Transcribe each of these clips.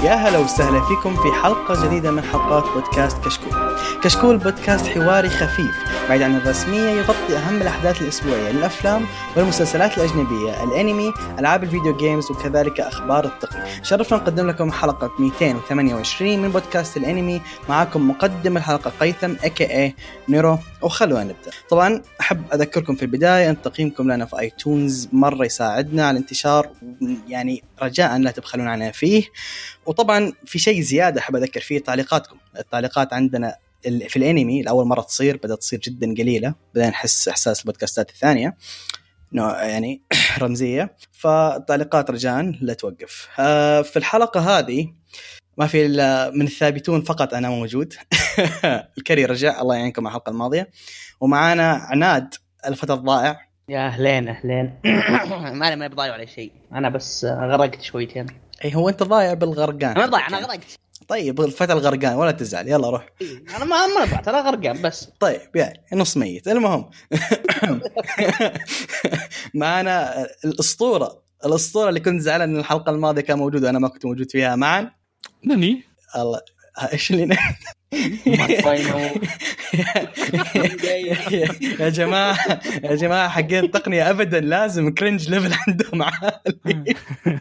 يا هلا وسهلا فيكم في حلقة جديدة من حلقات بودكاست كشكول. كشكول بودكاست حواري خفيف بعيد عن الرسمية، يغطي أهم الأحداث الأسبوعية للأفلام والمسلسلات الأجنبية، الأنمي، ألعاب الفيديو جيمز، وكذلك أخبار التقنية. شرفنا نقدم لكم حلقة 228 من بودكاست الأنمي. معكم مقدم الحلقة قيثم AKA نيرو. وخلونا نبدأ. طبعا أحب أذكركم في البداية أن تقييمكم لنا في آيتونز مرة يساعدنا على الانتشار، يعني رجاء لا تبخلون علينا فيه. وطبعا في شيء زيادة أحب أذكر فيه تعليقاتكم. التعليقات عندنا في الأنمي لأول مرة بدأت تصير جدا قليلة، بدأنا نحس إحساس البودكاستات الثانية يعني رمزية، فالتعليقات رجاء لا توقف. في الحلقة هذه ما في من الثابتون فقط أنا موجود. الكري رجع، الله يعينكم على الحلقة الماضية. ومعانا عناد الفتى الضائع. يا أهلين ما بضايع على شيء، أنا بس غرقت شويتين. أي هو أنت ضايع بالغرقان؟ أنا ضايع، أنا غرقت. طيب الفتى الغرقان ولا تزعل، يلا روح. أنا ما ضعت، أنا غرقان بس. طيب يعني نص ميت. المهم معنا الأسطورة اللي كنت زعلان ان الحلقة الماضية كان موجود وانا ما كنت موجود فيها. معا نني الله ايش اللي يا جماعة حقين التقنية ابدا لازم كرنج ليفل عندهم عالي.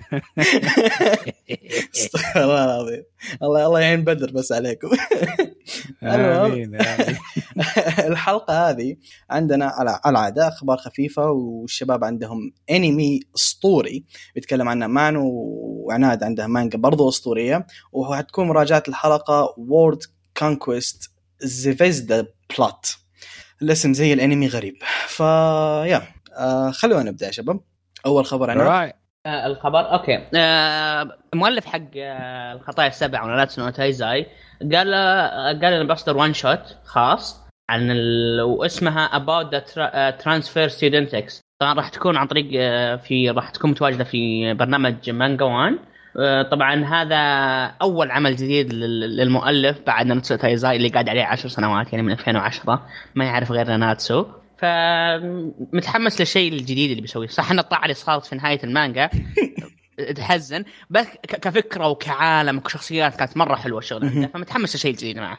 الله العظيم، الله يعين بدر بس عليكم. آمين. الحلقة هذه عندنا على العادة أخبار خفيفة، والشباب عندهم أنمي أسطوري بيتكلم عنه مان، وعناد عندها مانجا برضو أسطورية، وهتكون مراجعة الحلقة World Conquest Zvezda Plot. الاسم زي الأنمي غريب. فيا خلونا نبدأ يا شباب. أول خبر عناد. الخبر أوكي. مؤلف حق الخطايا السبع وناتسو نو تايزاي قال إنه بيصدر وان شوت خاص عن واسمها About the Transfer Student X. طبعا راح تكون عن طريق راح تكون متواجدة في برنامج مانجا وان. طبعا هذا أول عمل جديد للمؤلف بعد ناتسو تايزاي اللي قاعد عليه 10 سنوات، يعني من 2010 ما يعرف غير ناتسو. فمتحمس للشيء الجديد اللي بيسويه. صح ان الطاعة اللي صارت في نهاية المانجا تحزن، بس كفكرة وكعالم وكشخصيات كانت مرة حلوة الشغل. فمتحمس لشيء جديد معه.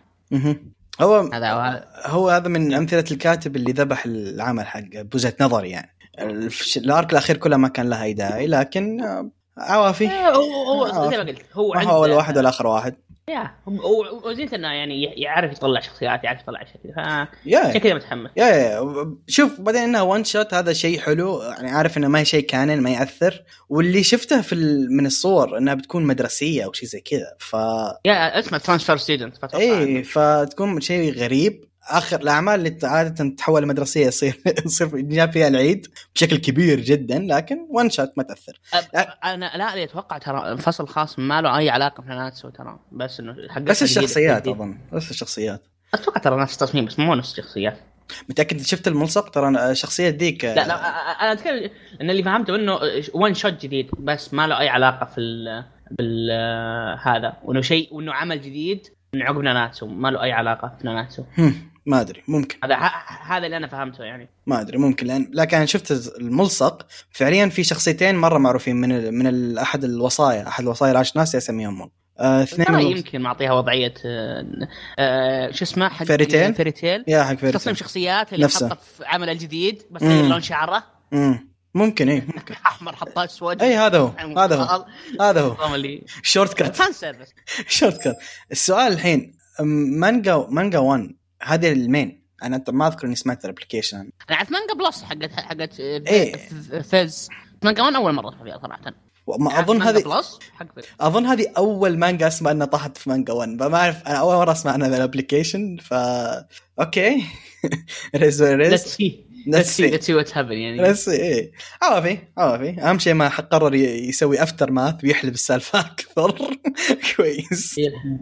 هو هذا من أمثلة الكاتب اللي ذبح العمل حق بوجهة نظري. يعني الارك الأخير كله ما كان له أي داعي، لكن عوافي. هو زي ما قلت، هو أول واحد والآخر واحد. وزينت انه يعني يعرف يطلع شخصيات، يعرف يطلع شيء. عشان كذا متحمس. شوف بعدين انها وان شوت، هذا شيء حلو. يعني عارف انه ما هي شيء كانن، ما يأثر. واللي شفته من الصور انها بتكون مدرسية او شيء زي كذا. اسمه ترانسفير ستودنت. فتكون شيء غريب. آخر الأعمال اللي عادة تتحول مدرسية يصير جاب فيها العيد بشكل كبير جدا، لكن وان شوت ما تأثر. أنا لا أتوقع ترى فصل خاص ما له أي علاقة بناتسو ترى، بس إنه بس الشخصيات أظن بس الشخصيات. أتوقع ترى نفس التصميم بس مو نفس الشخصيات. متأكد شفت الملصق؟ ترى الشخصية ذيك لا أنا أتكلم إن اللي فهمته إنه وان شوت جديد بس ما له أي علاقة في هذا، وإنه شيء وإنه عمل جديد من عقب ناتسو ما له أي علاقة في ناتسو. ما أدري، ممكن هذا اللي أنا فهمته يعني. ما أدري، ممكن لكن أنا شفت الملصق فعليا في شخصيتين مرة معروفين من أحد الوصايا العشر ناس يسميهم اثنين. يمكن معطيها وضعية شو اسمه حق فيريتيل. يا حق فيريتيل تصميم شخصيات اللي حطه في عمل الجديد بس لون شعره ممكن ممكن احمر حطه اسود. هذا هو شورت كات شورت كات. السؤال الحين مانجا 1 هذه المين. انا ما اذكر اني سمعت الابلكيشن. انا عارف مانجا بلس حقت فيز. مانجا 1 اول مره فيها صراحه. ما اظن هذه اول مانجا اسمع انها طاحت في مانجا 1. ما اعرف، انا اول مره اسمع عنها الابلكيشن. اوكي let's see what happen يعني. عوافي اهم شيء ما قرر يسوي افتر ماث ويحلب السالفه اكثر. كويس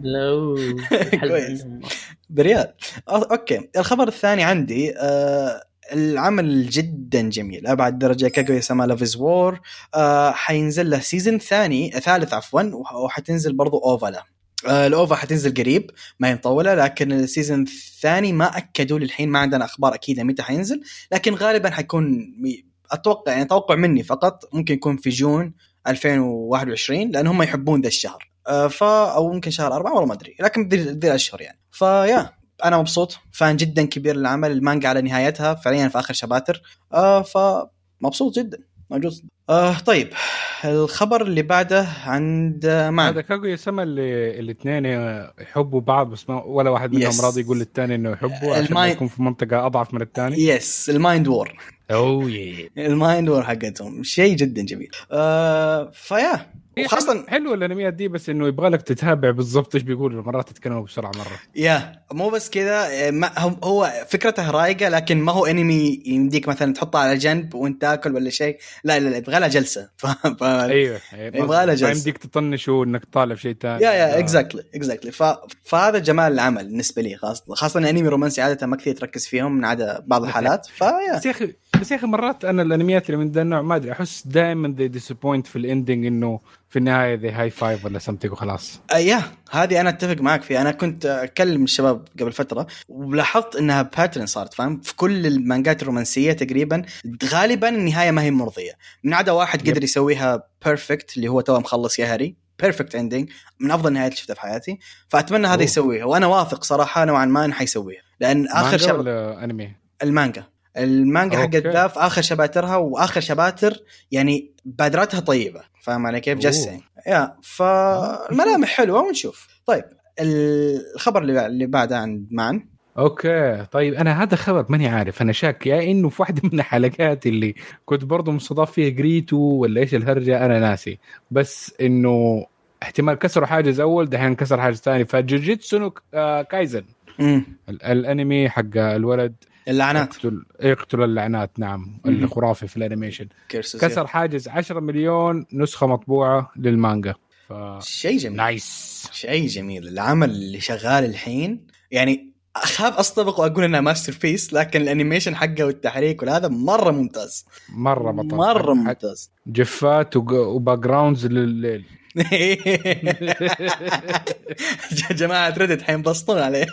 كويس بريال. اوكي الخبر الثاني عندي العمل جدا جميل أبعد درجة. كاغويا-ساما لافز وور حينزل له سيزن ثالث وحتنزل برضو أوفا. الأوفا حتنزل قريب ما هي مطولة، لكن السيزن الثاني ما أكدوا للحين، ما عندنا أخبار أكيدة متى حينزل، لكن غالبا حيكون أتوقع يعني توقع مني فقط ممكن يكون في جون 2021 لأن هم يحبون ذا الشهر. او يمكن شهر 4 والله ما ادري، لكن ذي الاشهر يعني. فيا انا مبسوط، فان جدا كبير للعمل. المانجا على نهايتها فعليا في اخر شباتر، فمبسوط جدا موجود. طيب الخبر اللي بعده عند هذا كاغويا سما اللي الاثنين يحبوا بعض بس ما ولا واحد منهم راضي يقول للثاني انه يحبه عشان ما يكون في منطقة اضعف من الثاني. يس المايند وور. اوه المايند وور حقتهم شيء جدا جميل. فيا وخاصة حلو الانميات دي، بس انه يبغى لك تتابع بالضبط ايش بيقولوا، مرات تتكلموا بسرعة مرة. يا مو بس كذا، هو فكرته رايقة، لكن ما هو انمي يمديك مثلا تحطه على جنب وانت تاكل ولا شيء. لا يبغى له جلسة. ايوه يبغى له جلسة، ما يمديك تطنش وانك تطالع في شيء ثاني. يا اكزاكتلي. فهذا جمال العمل بالنسبة لي، خاصة الانمي رومانسي عادة ما كثير تركز فيهم من عدا بعض الحالات. بس يا اخي مرات انا الانميات اللي من ذا النوع ما ادري احس دائما ذي ديسابوينت في الاندنج، انه في النهايه ذي هاي فايف ولا سمتك وخلاص. هذه انا اتفق معك فيها. انا كنت اكلم الشباب قبل فتره ولاحظت انها باترن صارت، فاهم، في كل المانجات الرومانسيه تقريبا غالبا النهايه ما هي مرضيه، من عدا واحد قدر يسويها بيرفكت اللي هو تو مخلص يا هري. بيرفكت اندينج من افضل النهايات اللي شفتها في حياتي، فاتمنى هذا يسويها، وانا واثق صراحه نوعا ما انه حيسويها، لان اخر شيء انمي المانجا حقت ذا في اخر شباترها، واخر شباتر يعني بادراتها طيبه، فاهم علي كيف جسين يا فالملامح حلوه ونشوف. طيب الخبر اللي بعده عند معن. اوكي طيب انا هذا خبر ماني عارف، انا شاك يا انه في واحده من الحلقات اللي كنت برضو مستضاف فيها جريتو ولا ايش الهرجه انا ناسي، بس انه احتمال كسروا حاجز اول دحين كسر حاجز ثاني. فجوجيتسو كايزن الانمي حق الولد اللعنات يقتل اللعنات، نعم الخرافي في الانيميشن، كسر حاجز 10 مليون نسخة مطبوعة للمانجا. شيء جميل، نايس، شيء جميل. العمل اللي شغال الحين يعني أخاف أصطبق وأقول إنه ماستر بيس، لكن الانيميشن حقه والتحريك وهذا مرة ممتاز، مرة بطل، مرة ممتاز. جفات وباك جراوندز للليل. جماعة ريدت حينبسطون عليه.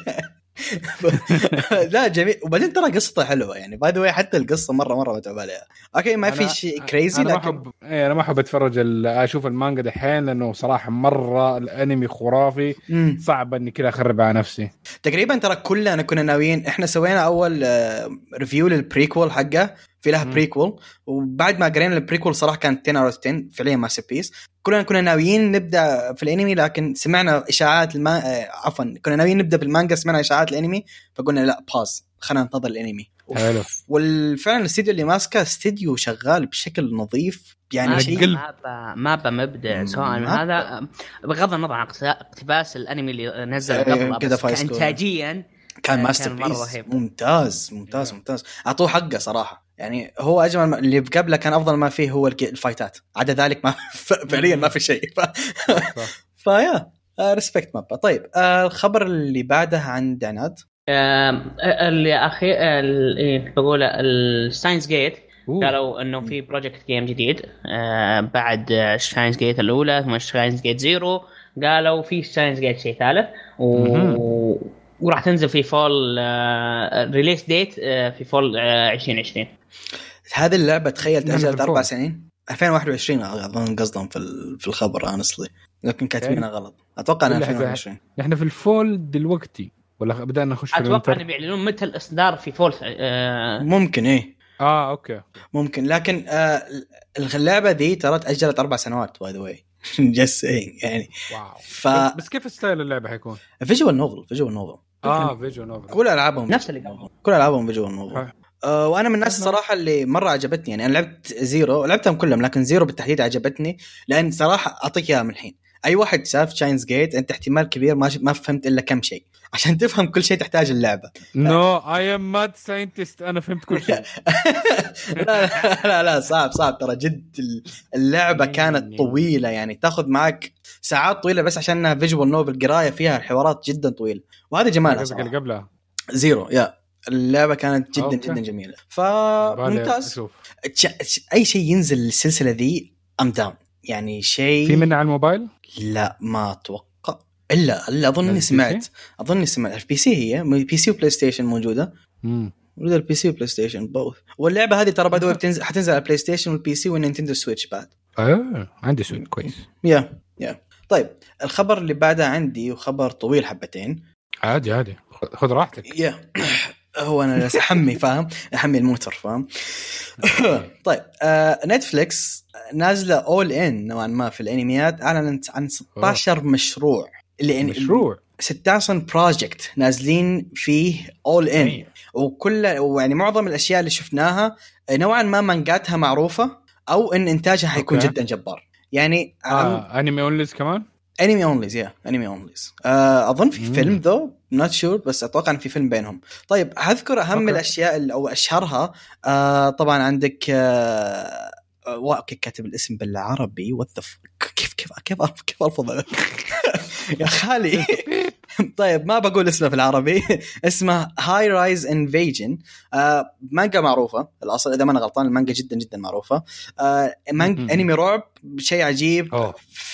لا جميل. وبعدين ترى قصته حلوه يعني، باي ذا واي حتى القصه مره متعب عليها. اوكي ما في شيء كريزي، لكن انا ما احب اتفرج اشوف المانجا دحين لانه صراحه مره الانمي خرافي، صعب اني كذا اخرب على نفسي. تقريبا ترى كلنا كنا ناويين، احنا سوينا اول ريفيو للبريكول حقه، في لها بريكول، وبعد ما قرينا البريكول صراحه كانت 10 out of 10 فعليا ماستر بيس. كنا ناويين نبدا في الانمي، لكن سمعنا اشاعات كنا ناويين نبدا بالمانجا، سمعنا اشاعات الانمي فقلنا لا باز، خلينا ننتظر الانمي. والفعلا الاستديو اللي ماسكه استديو شغال بشكل نظيف يعني، شيء ما مبدع سواء من هذا بغض النظر عن اقتباس الانمي اللي نزل قبل، انتاجيا كان ماستر بيس ممتاز. اعطوه حقه صراحه يعني. هو اجمل اللي قبله كان افضل ما فيه هو الفايتات، عدا ذلك ما فعليا ما في شيء. فيا ريسبكت مابا. طيب الخبر اللي بعده عند عناد، اللي اخي بقول الساينس جيت قالوا انه في بروجكت جيم جديد بعد ساينس جيت الاولى ثم ساينس جيت زيرو، قالوا في ساينس جيت شيء ثالث وراح تنزل في فول ريليس ديت في فول 2020. هذه اللعبة تخيل تأجلت 4 سنين 2021 أظن قصدهم في الخبر honestly، لكن كاتبينها غلط. أتوقع أن 2020 نحن في الفول دلوقتي ولا بدأنا نخش في الوينتر؟ أتوقع أن بيعلنون متى الإصدار في فول ممكن إيه أوكي ممكن، لكن اللعبة دي ترى تأجلت 4 سنوات by the way. just saying يعني. واو. بس كيف ستايل اللعبة حيكون؟ فيجوال نوفل فيجوال نوفل كل ألعابهم نفس اللي قبل، كل ألعابهم فيجوال نوفل. وانا من الناس الصراحه اللي مره عجبتني يعني. انا لعبت زيرو، لعبتهم كلهم، لكن زيرو بالتحديد عجبتني، لان صراحه اعطيك اياها من الحين. اي واحد شاف شاينز جيت انت احتمال كبير ما فهمت الا كم شيء، عشان تفهم كل شيء تحتاج اللعبه. نو اي ام ماد ساينتست، انا فهمت كل شيء. لا صعب ترى جد. اللعبه كانت طويله يعني، تاخذ معك ساعات طويله بس عشان انها فيجوال نوفل، قرايه فيها الحوارات جدا طويله، وهذا جمالها. اللي قبلها زيرو اللعبة كانت جدا جميلة. فممتاز. أي شيء ينزل السلسلة ذي أم داون يعني. شيء في منها على الموبايل؟ لا ما أتوقع، إلا أظني سمعت البي سي، هي بي سي وبلاي ستيشن موجودة. موجودة البي سي وبلاي ستيشن بوث. واللعبة هذه ترى بدو حتنزل على البلاي ستيشن والبي سي والنينتندو سويتش بعد. عندي سويتش كويس. يا طيب الخبر اللي بعدها عندي وخبر طويل حبتين. عادي خذ راحتك. هو انا بس احمي فاهم، احمي الموتر فاهم. طيب نتفليكس نازله اول ان نوعا ما في الانميات، اعلنت عن 16 مشروع. مشروع 16 بروجكت نازلين فيه اول ان، وكل يعني معظم الاشياء اللي شفناها نوعا ما مانجاتها معروفه او ان انتاجها حيكون جدا جبار. يعني انمي اونليز كمان، انمي اونليز انمي اونليز. اظن في فيلم ذو نوت شور، بس اتوقع ان في فيلم بينهم. طيب هذكر اهم الاشياء او اشهرها. طبعا عندك كاتب الاسم بالعربي كيف الفضل يا خالي. طيب ما بقول اسمه في العربي. اسمه هاي رايز انفيجن. مانجا معروفه الاصل، اذا ما انا غلطان المانجا جدا جدا معروفه. انمي رعب شيء عجيب.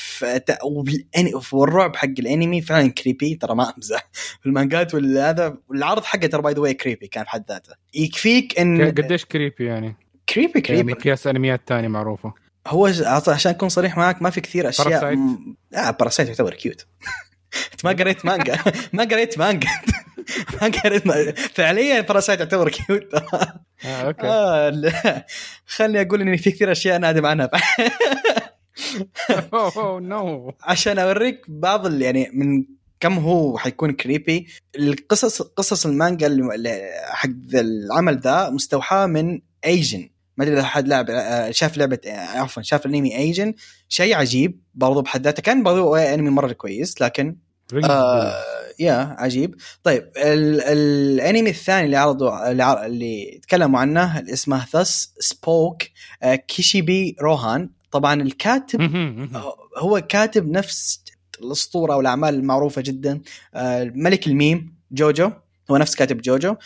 والرعب حق الانمي فعلا كريبي، ترى ما امزح. في المانجات والهذا والعرض حقه ترى باي ذا واي كريبي كان بحد ذاته. يكفيك ان قديش كريبي يعني كريبي مقياس انميات تاني معروفه. هو عشان اكون صريح معك ما في كثير اشياء. باراسايت يعتبر كيوت. ما قريت مانجا. ما قريت فعليا باراسايت يعتبر كيوت. اوكي. خلني اقول اني في كثير اشياء نادم عنها. نو عشان اوريك بعض يعني من كم هو حيكون كريبي. قصص المانجا حق العمل ذا مستوحاه من ايجن. ما ادري اذا حد لاعب شاف لعبه، عفوا شاف الانمي ايجن. شيء عجيب برضو بحد ذاته، كان برضو انمي مره كويس لكن عجيب. طيب الانمي الثاني اللي عرضوا اللي تكلموا عنه اسمه ثس سبوك كيشيبي روهان. طبعا الكاتب هو كاتب نفس الاسطوره والاعمال المعروفه جدا، ملك الميم جوجو. هو نفس كاتب جوجو.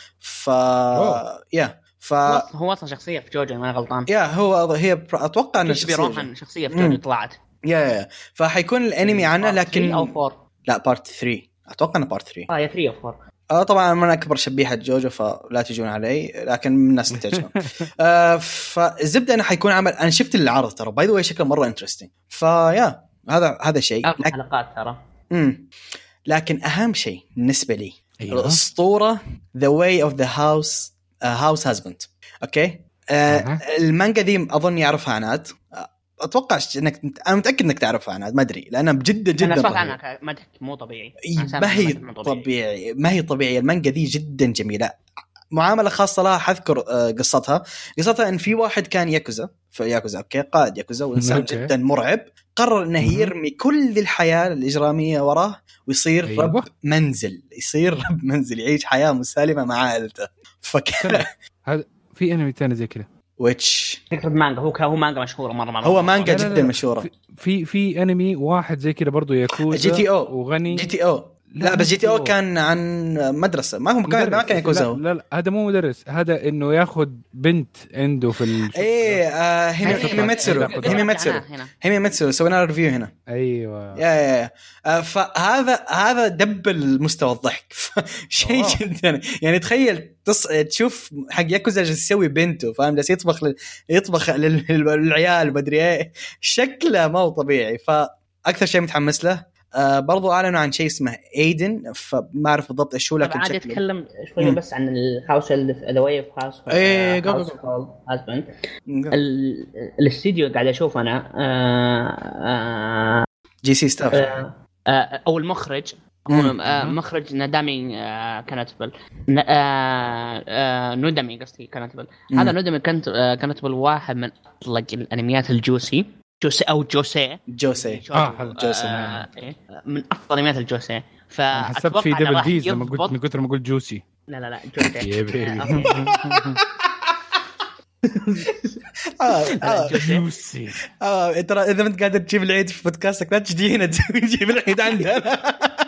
هو اصلا شخصيه في جوجو ما غلطان. هي اتوقع ان شخصيه في جوجو طلعت. فحيكون الانمي عنه لكن لا بارت 3 اتوقع انه بارت 3. يا 3 او 4. طبعا انا اكبر شبيحه جوجو فلا تجون علي، لكن من الناس اللي تعجبهم. فالزبده انه حيكون عمل. انا شفت العرض ترى باي ذا واي شكله مره انترستينج. هذا شيء حلقات ترى. لكن اهم شيء بالنسبه لي الاسطوره The Way of the House Husband. اوكي. المانجا دي اظن يعرفها عناد. اتوقع انا متاكد انك تعرفها عناد، ما ادري لانها جدا انا سمعت عنها مو طبيعي. ما هي طبيعيه. المانجا دي جدا جميله. معامله خاصه لها. حذكر قصتها ان في واحد كان ياكوزا اوكي، قائد ياكوزا وانسان جدا مرعب. قرر انه يرمي كل الحياه الاجراميه وراه ويصير رب منزل. يعيش حياه مسالمه مع عائلته. هذا في انمي ثاني زي كذا تكتب مانجا. هو مانجا مشهوره مره. هو مانجا جدا مشهوره. في انمي واحد زي كذا برضو ياكوزا GTA وغني GTA. لا بس GTA كان عن مدرسة. ما كان ياكوزا. لا هذا مو مدرس، هذا انه ياخذ بنت عنده في هيميميتسورو. سوينا ريفيو هنا. ايوه فهذا دب المستوى الضحك. شيء جدا يعني تخيل تشوف حق ياكوزا يسوي بنته فاهم، بس يطبخ للعيال بدري ايه. شكله ما هو طبيعي. فاكثر شيء متحمس له. برضو أعلنوا عن شيء اسمه ايدن، فما أعرف بالضبط إيش هو لكن عادي أتكلم شوية بس عن الهاوس الدوية في هاوس. هازبند. الاستديو قاعد أشوف أنا جي سي ستاف أو المخرج مخرج ندامي كانتبل ندمي قصدي كانتبل. هذا ندمي كانتبل واحد من أطلق الأنميات الجوسي أو جوسي من أفضل أنميات الجوسي. فحسبت في دبل ديز لما قلت من كثر ما قلت جوسي. لا جوسي. جوسي. ترى إذا أنت قاعد تجيب العيد في بودكاستك لا تجي هنا تجيب العيد عندنا.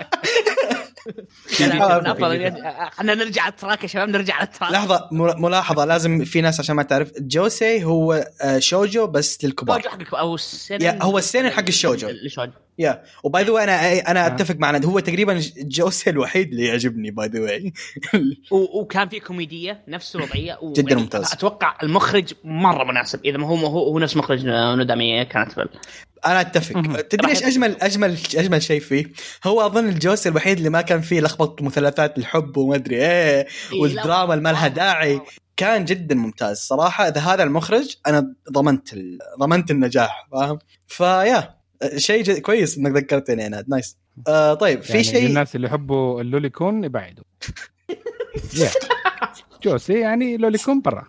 احنا نرجع التراك يا شباب، نرجع على التراك. لحظه ملاحظه لازم في ناس عشان ما تعرف جوسي هو شوجو بس للكبار او السنن. هو السنن حق الشوجو. وباي ذا واي انا اتفق معنا هو تقريبا جوسي الوحيد اللي يعجبني باي ذا واي. وكان في كوميديه نفس الوضعيه جدا ممتاز. اتوقع المخرج مره مناسب اذا ما هو نفس مخرج ندامي كانت انا اتفق. تدري ايش اجمل شيء فيه؟ هو اظن الجوس الوحيد اللي ما كان فيه لخبط مثلثات الحب وما ادري ايه والدراما اللي ما لها داعي. كان جدا ممتاز صراحه. اذا هذا المخرج انا ضمنت النجاح، فاهم؟ فيا شيء كويس انك ذكرتني انا. نايس. طيب في يعني شيء الناس اللي يحبوا اللوليكون يبعدوا. جوسي يعني لوليكون برا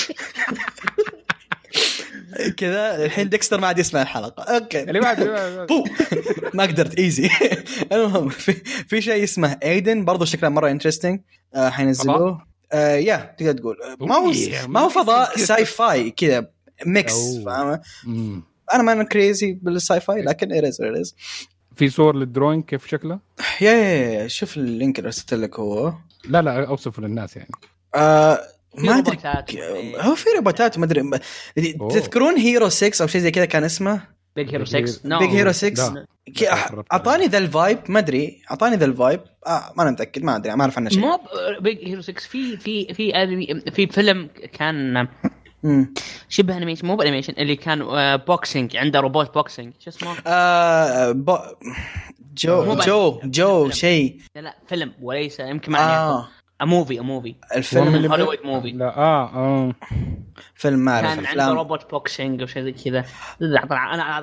كذا. الحين ديكستر ما عاد يسمع الحلقه. اوكي اللي بعد ما قدرت ايزي. المهم في شيء اسمه ايدن برضو شكله مره انترستينج. حينزلوه. يا تقدر تقول ما هو فضاء ساي فاي كذا ميكس، فاهم؟ انا ما كريزي بالساي فاي لكن إيريز. في صور للدروينج كيف شكله؟ يا شوف اللينك اللي ارسلت لك. هو لا اوصف للناس يعني. ما ادري هو في روبوتات ما ادري. تذكرون هيرو 6 او شيء زي كذا كان اسمه بيج هيرو 6. بيج هيرو 6 اعطاني ذا الفايب، ما ادري اعطاني ذا الفايب. ما انا متاكد، ما ادري، ما اعرف عنه شيء. مو بيج هيرو 6 في فيلم كان شبه انيميشن، مو انيميشن، اللي كان بوكسينج، عنده روبوت بوكسينج، شو اسمه؟ جو شيء. لا فيلم وليس يمكن معني موفي الفيلم اللي هوليوود موفي. لا فيلم ما اعرف. كان عنده روبوت بوكسينج او شيء زي كذا. انا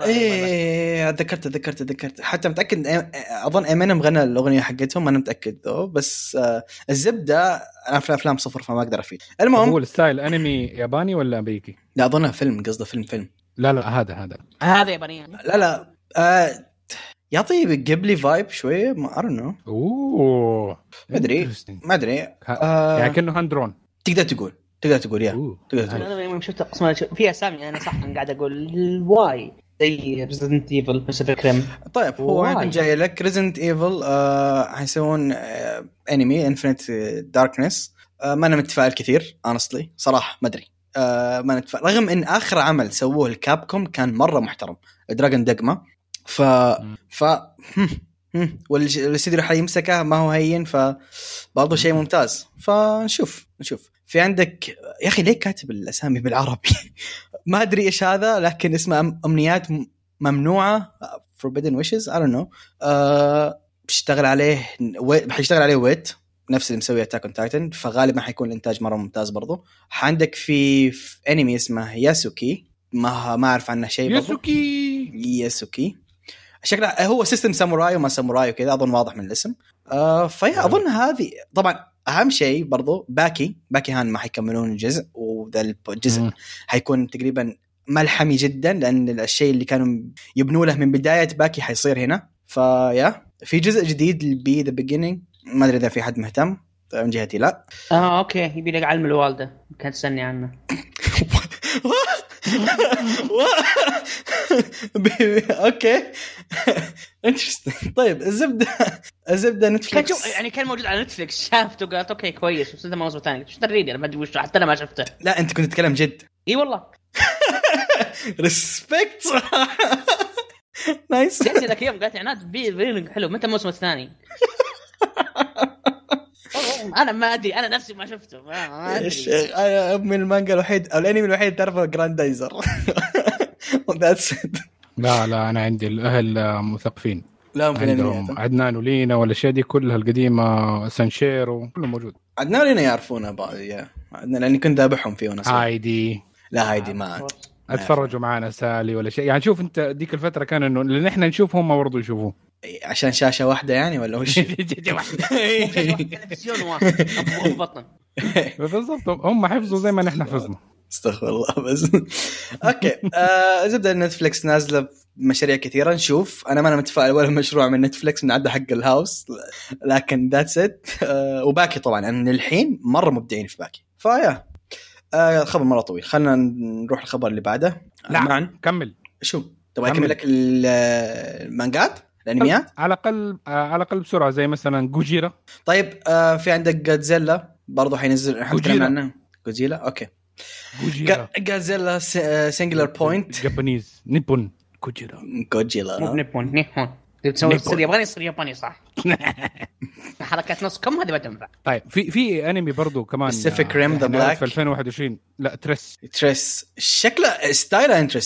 ذكرت حتى متاكد. اظن امينيم غنى الاغنيه حقتهم، انا متاكد ذو. بس الزبده انا في الافلام صفر فما اقدر افيد. المهم هو الستايل انمي ياباني ولا امريكي؟ لا اظنها فيلم، قصده فيلم. لا هذا ياباني. لا يعطي قبلي فايب شويه، ما اعرف. اوه ما ادري يعني كأنه هاندرون. تقدر تقول يا انا ما شفت اصلا في اسامي. انا صح انا قاعد اقول واي زي ريزيدنت ايفل باسيفيك ريم. طيب هو عندنا جاي لك ريزيدنت ايفل. حيسوون انمي انفينيت داركنس. ما انا متفائل كثير honestly صراحه، ما ادري. ما نتفائل رغم ان اخر عمل سووه الكابكوم كان مره محترم، دراجون دغما. والاستديو حيمسكه ما هو هين، فبرضه شيء ممتاز. فنشوف في عندك يا اخي ليه كاتب الاسامي بالعربي؟ ما ادري ايش هذا، لكن اسمه امنيات ممنوعه forbidden wishes I don't know. بيشتغل عليه ويت نفس اللي مسويه أتاك أون تايتن، فغالبا حيكون الانتاج مره ممتاز برضو. عندك في انمي اسمه ياسوكي، ما اعرف عنه شيء. ياسوكي شكله هو سيستم ساموراي وما ساموراي وكذا، اظن واضح من الاسم. فيا اظن هذه طبعا اهم شيء برضو. باكي هان ما حيكملون الجزء، وذا الجزء حيكون تقريبا ملحمي جدا، لان الشيء اللي كانوا يبنوا له من بدايه باكي حيصير هنا. فيا في جزء جديد بي ذا بيجينينج، ما ادري اذا في حد مهتم من جهتي. لا اوكي، يبي لك علم الوالده كانت تستني عنه. اوكي انترستين. طيب الزبده نتفليكس يعني كان موجود على نتفليكس، شافته قالت اوكي كويس، بس ما موضوع ثاني. شفت الريد انا ما ادري وش، حتى انا ما شفته. لا انت كنت تتكلم جد. اي والله. ريسبكت. نايس. جاتني ذاك اليوم قالت عناد بيلينج حلو، متى الموسم الثاني؟ انا ما ادري، انا نفسي ما شفته. ما ادري. من المانجا الوحيد او الانمي الوحيد تعرفه جراندايزر. لا انا عندي الاهل مثقفين. لا في عندهم عدنان ولينا والاشياء دي كلها القديمه، سانشيرو كله موجود. عدنان ولينا يعرفونه بعض عندنا، لاني كنت ذابحهم فيه وانا صغير. هايدي ما اتفرجوا معنا سالي ولا شيء يعني. شوف انت ديك الفتره كان انه اللي نحن نشوفهم ما برضو يشوفوه عشان شاشه واحده يعني، ولا وش؟ تلفزيون واحد ابو بطن. بالضبط، هم حفظوا زي ما نحن حفظنا. استغفر الله. بس اوكي. زبده نتفليكس نازله مشاريع كثيره، نشوف. انا ما متفائل ولا مشروع من نتفليكس من عدا حق الهاوس، لكن ذاتس ات. وباكي طبعا ان الحين مره مبدعين في باكي. فيا الخبر مره طويل، خلينا نروح الخبر اللي بعده. لا كمل. شو تبغى اكمل لك المانجات الانميات على الاقل بسرعه، زي مثلا جوجيرا. طيب في عندك جودزيلا برضو حينزل، نتكلم عنه. جودزيلا اوكي. جودزيلا سينجلر بوينت جابانيز نيبون جودزيلا مو نيبون تسوي يصير ياباني صح. حركات نص كم هذه بتنفع. طيب في انمي برضو كمان Pacific Rim The Black في 2021. لا تريس شكله ستايله انترستينج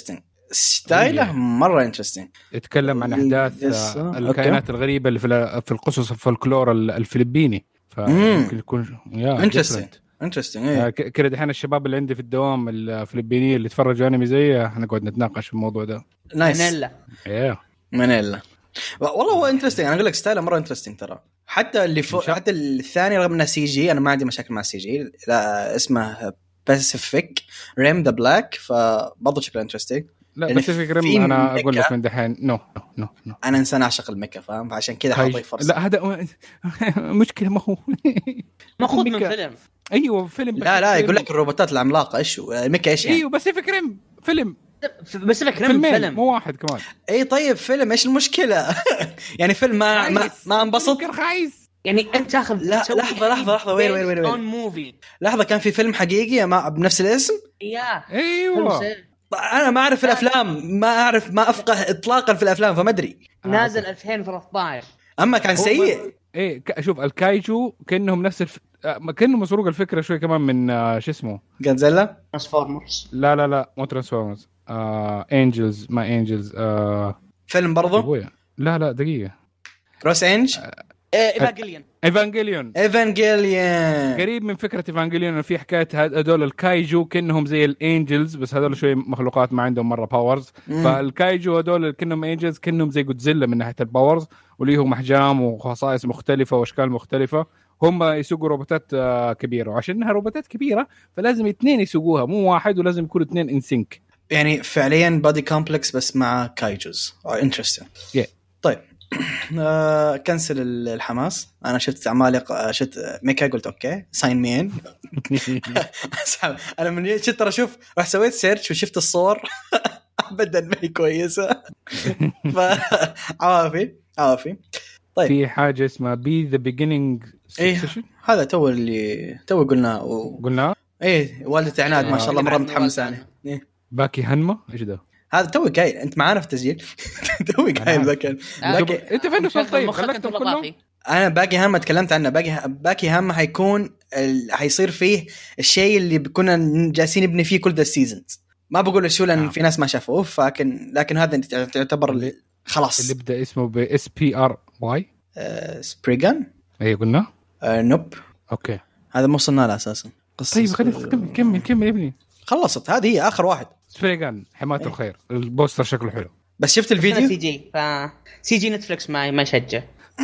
ستايله مره انترستينج. يتكلم عن احداث الكائنات الغريبه اللي في القصص الفولكلور الفلبيني، فممكن يكون انترستينج. كده دحين الشباب اللي عندي في الدوام الفلبينيين اللي يتفرجوا انمي زي احنا قاعد نتناقش في الموضوع ده. نايس. منيلا والله هو انترستينج. انا اقول لك ستايله مره انترستينج ترى. حتى اللي حتى الثاني رغم انه سي جي انا ما عندي مشاكل مع السي جي. لا اسمه باسيفيك ريم ذا بلاك، فبرضه شكله انترستينج. لا باسيفيك ريم انا اقول لك من دحين نو انا انسان اعشق الميكا فاهم، فعشان كذا حاطي فرصه. لا هذا مشكله ما هو ماخذ من فيلم. ايوه فيلم. لا يقول لك الروبوتات العملاقه ايش الميكا ايش يعني. ايوه باسيفيك ريم فيلم، بس فيلم مو واحد كمان. اي طيب فيلم ايش المشكله؟ يعني فيلم ما انبسط خايس يعني انت تاخذ. لا لحظه وين لحظه كان في فيلم حقيقي بنفس الاسم. ايوه انا ما اعرف الافلام، ما افقه اطلاقا في الافلام، فما ادري. نازل 2013 اما كان سيء. ايه شوف الكايجو كانهم نفس كانه مسروق الفكره شوي كمان من شو اسمه جودزيلا ترانسفورمرز. لا مو ترانسفورمرز. انجلز ما انجلز فيلم برضو. لا دقيقه كروس انج ايفانجيليون قريب من فكره ايفانجيليون. في حكايه هذول الكايجو كانهم زي الانجلز، بس هذول شوي مخلوقات ما عندهم مره باورز. فالكايجو هذول كانهم انجلز، كانهم زي جودزيلا من ناحيه الباورز، وليهم احجام وخصائص مختلفه واشكال مختلفه. هم يسوقوا روبوتات كبيره، وعشان انها روبوتات كبيره فلازم 2 يسوقوها مو واحد، ولازم يكونوا 2 ان سينك. يعني فعليا بادي كومبلكس بس مع كايجوز. انترستينج. طيب كنسل الحماس. انا شفت اعمالي شفت ميكا قلت اوكي ساين مين. انا من شفت ترى شوف راح سويت سيرش وشفت الصور ابدا ما هي كويسه. عوافي. طيب في حاجه اسمها بي ذا بيجينينج. هذا تو قلنا ايه والدة عناد ما شاء الله مره متحمسه انا. باكي هنما ايش ده؟ هذا توي قايل انت معانا في التسجيل. توي قايل باكي انت فين طيب خليكم كلهم. انا باقي هم تكلمت عنه. باقي هم حيكون حيصير فيه الشيء اللي كنا جالسين نبني فيه كل ذا السيزونز. ما بقول شو لان في ناس ما شافوه، لكن هذا انت تعتبر خلاص اللي بدا اسمه باس بي ار واي سبريغان. ايه قلنا نوب. اوكي هذا ما وصلنا له اساسا. طيب خلينا كمل يا ابني. خلصت هذه هي اخر واحد. سبريغان حماية الخير. البوستر شكله حلو بس شفت الفيديو سي جي نتفليكس ما يشجع.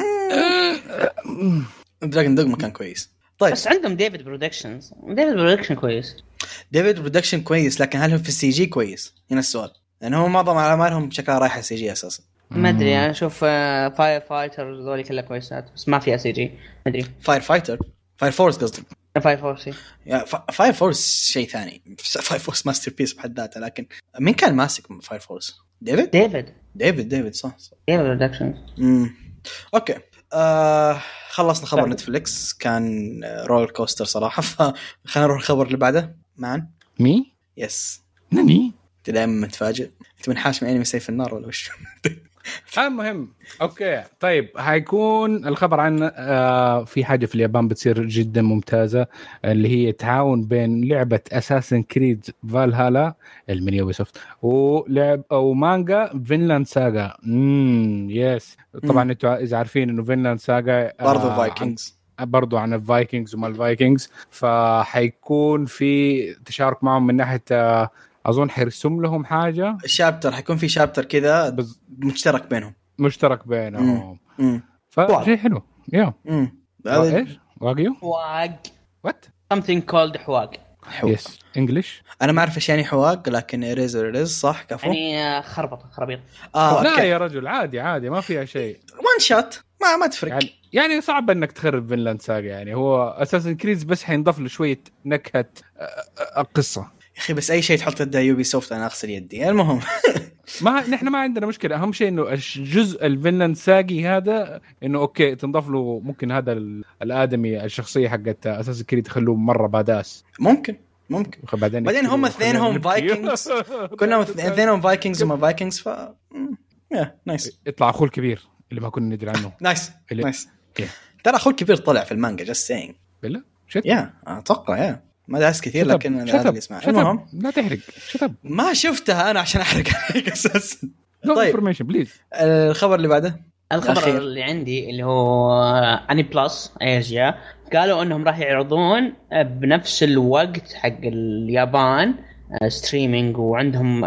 دراجون دوغ كان كويس. طيب بس عندهم ديفيد برودكشن كويس. ديفيد برودكشن كويس، لكن هل هم في السي جي كويس؟ هنا السؤال. يعني هم معظم اعمالهم شكلها رايحه سي جي اساسا. ما ادري انا اشوف فاير فايتر ذولي كلها كويسات بس ما فيها سي جي. ما ادري فاير فورس قصدي. فاير فورس فاير فورس شيء ثاني. فاير فورس ماستر بيس بحد ذاته. لكن مين كان ماسك فاير فورس؟ ديفيد صح ديفيد برودكشن. اوكي خلصنا خبر نتفليكس. كان رول كوستر صراحه. فخلينا نروح الخبر اللي بعده معا. مي يس ناني انت دائما متفاجئ. انت من حاش من انمي سيف النار ولا وش؟ المهم اوكي طيب هيكون الخبر عن في حاجه في اليابان بتصير جدا ممتازه، اللي هي تعاون بين لعبه اساسن كريد فالهالا من يوبيسوفت ولعب او مانجا فينلاند ساغا. يس طبعا انتوا اذا عارفين انه فينلاند ساغا برضو فايكنجز، برضو عن الفايكنجز وما الفايكنجز، فحيكون في تشارك معهم من ناحيه اظن حيرسم لهم حاجه الشابتر. حيكون في شابتر كذا مشترك بينهم. فشيء حلو. يا ايش واقيو وات something called حواق. يس انجلش. انا ما اعرف ايش يعني حواق، لكن ريز صح كفو يعني خربيط. لا يا رجل عادي ما فيها شيء. وان شوت ما تفرق يعني صعب انك تخرب فينلاند ساغا. يعني هو اساسا كريز بس حينضاف له شويه نكهه القصه يا اخي. بس اي شيء تحط يده يوبي سوفت انا اغسل يدي. المهم نحن ما عندنا مشكله. اهم شيء انه الجزء الفينلاند ساغي هذا انه اوكي تنضاف له ممكن هذا الادمي الشخصيه حقت اساس كريد تخلوه مره باداس. ممكن بعدين هم اثنينهم فايكنجز. كلهم اثنينهم فايكنجز وما فايكنجز. ف نايس. يطلع اخوه الكبير اللي ما كنا ندري عنه. نايس ترى اخوه الكبير طلع في المانجا just saying. بالله اتوقع ما دعست كثير لكن هذا اللي اسمع. المهم لا تحرق شتب. ما شفتها انا عشان احرق عليك اساسا. طيب انفورميشن بليز. الخبر اللي بعده، الخبر اللي عندي اللي هو اني بلس ايجيا قالوا انهم راح يعرضون بنفس الوقت حق اليابان ستريمينج، وعندهم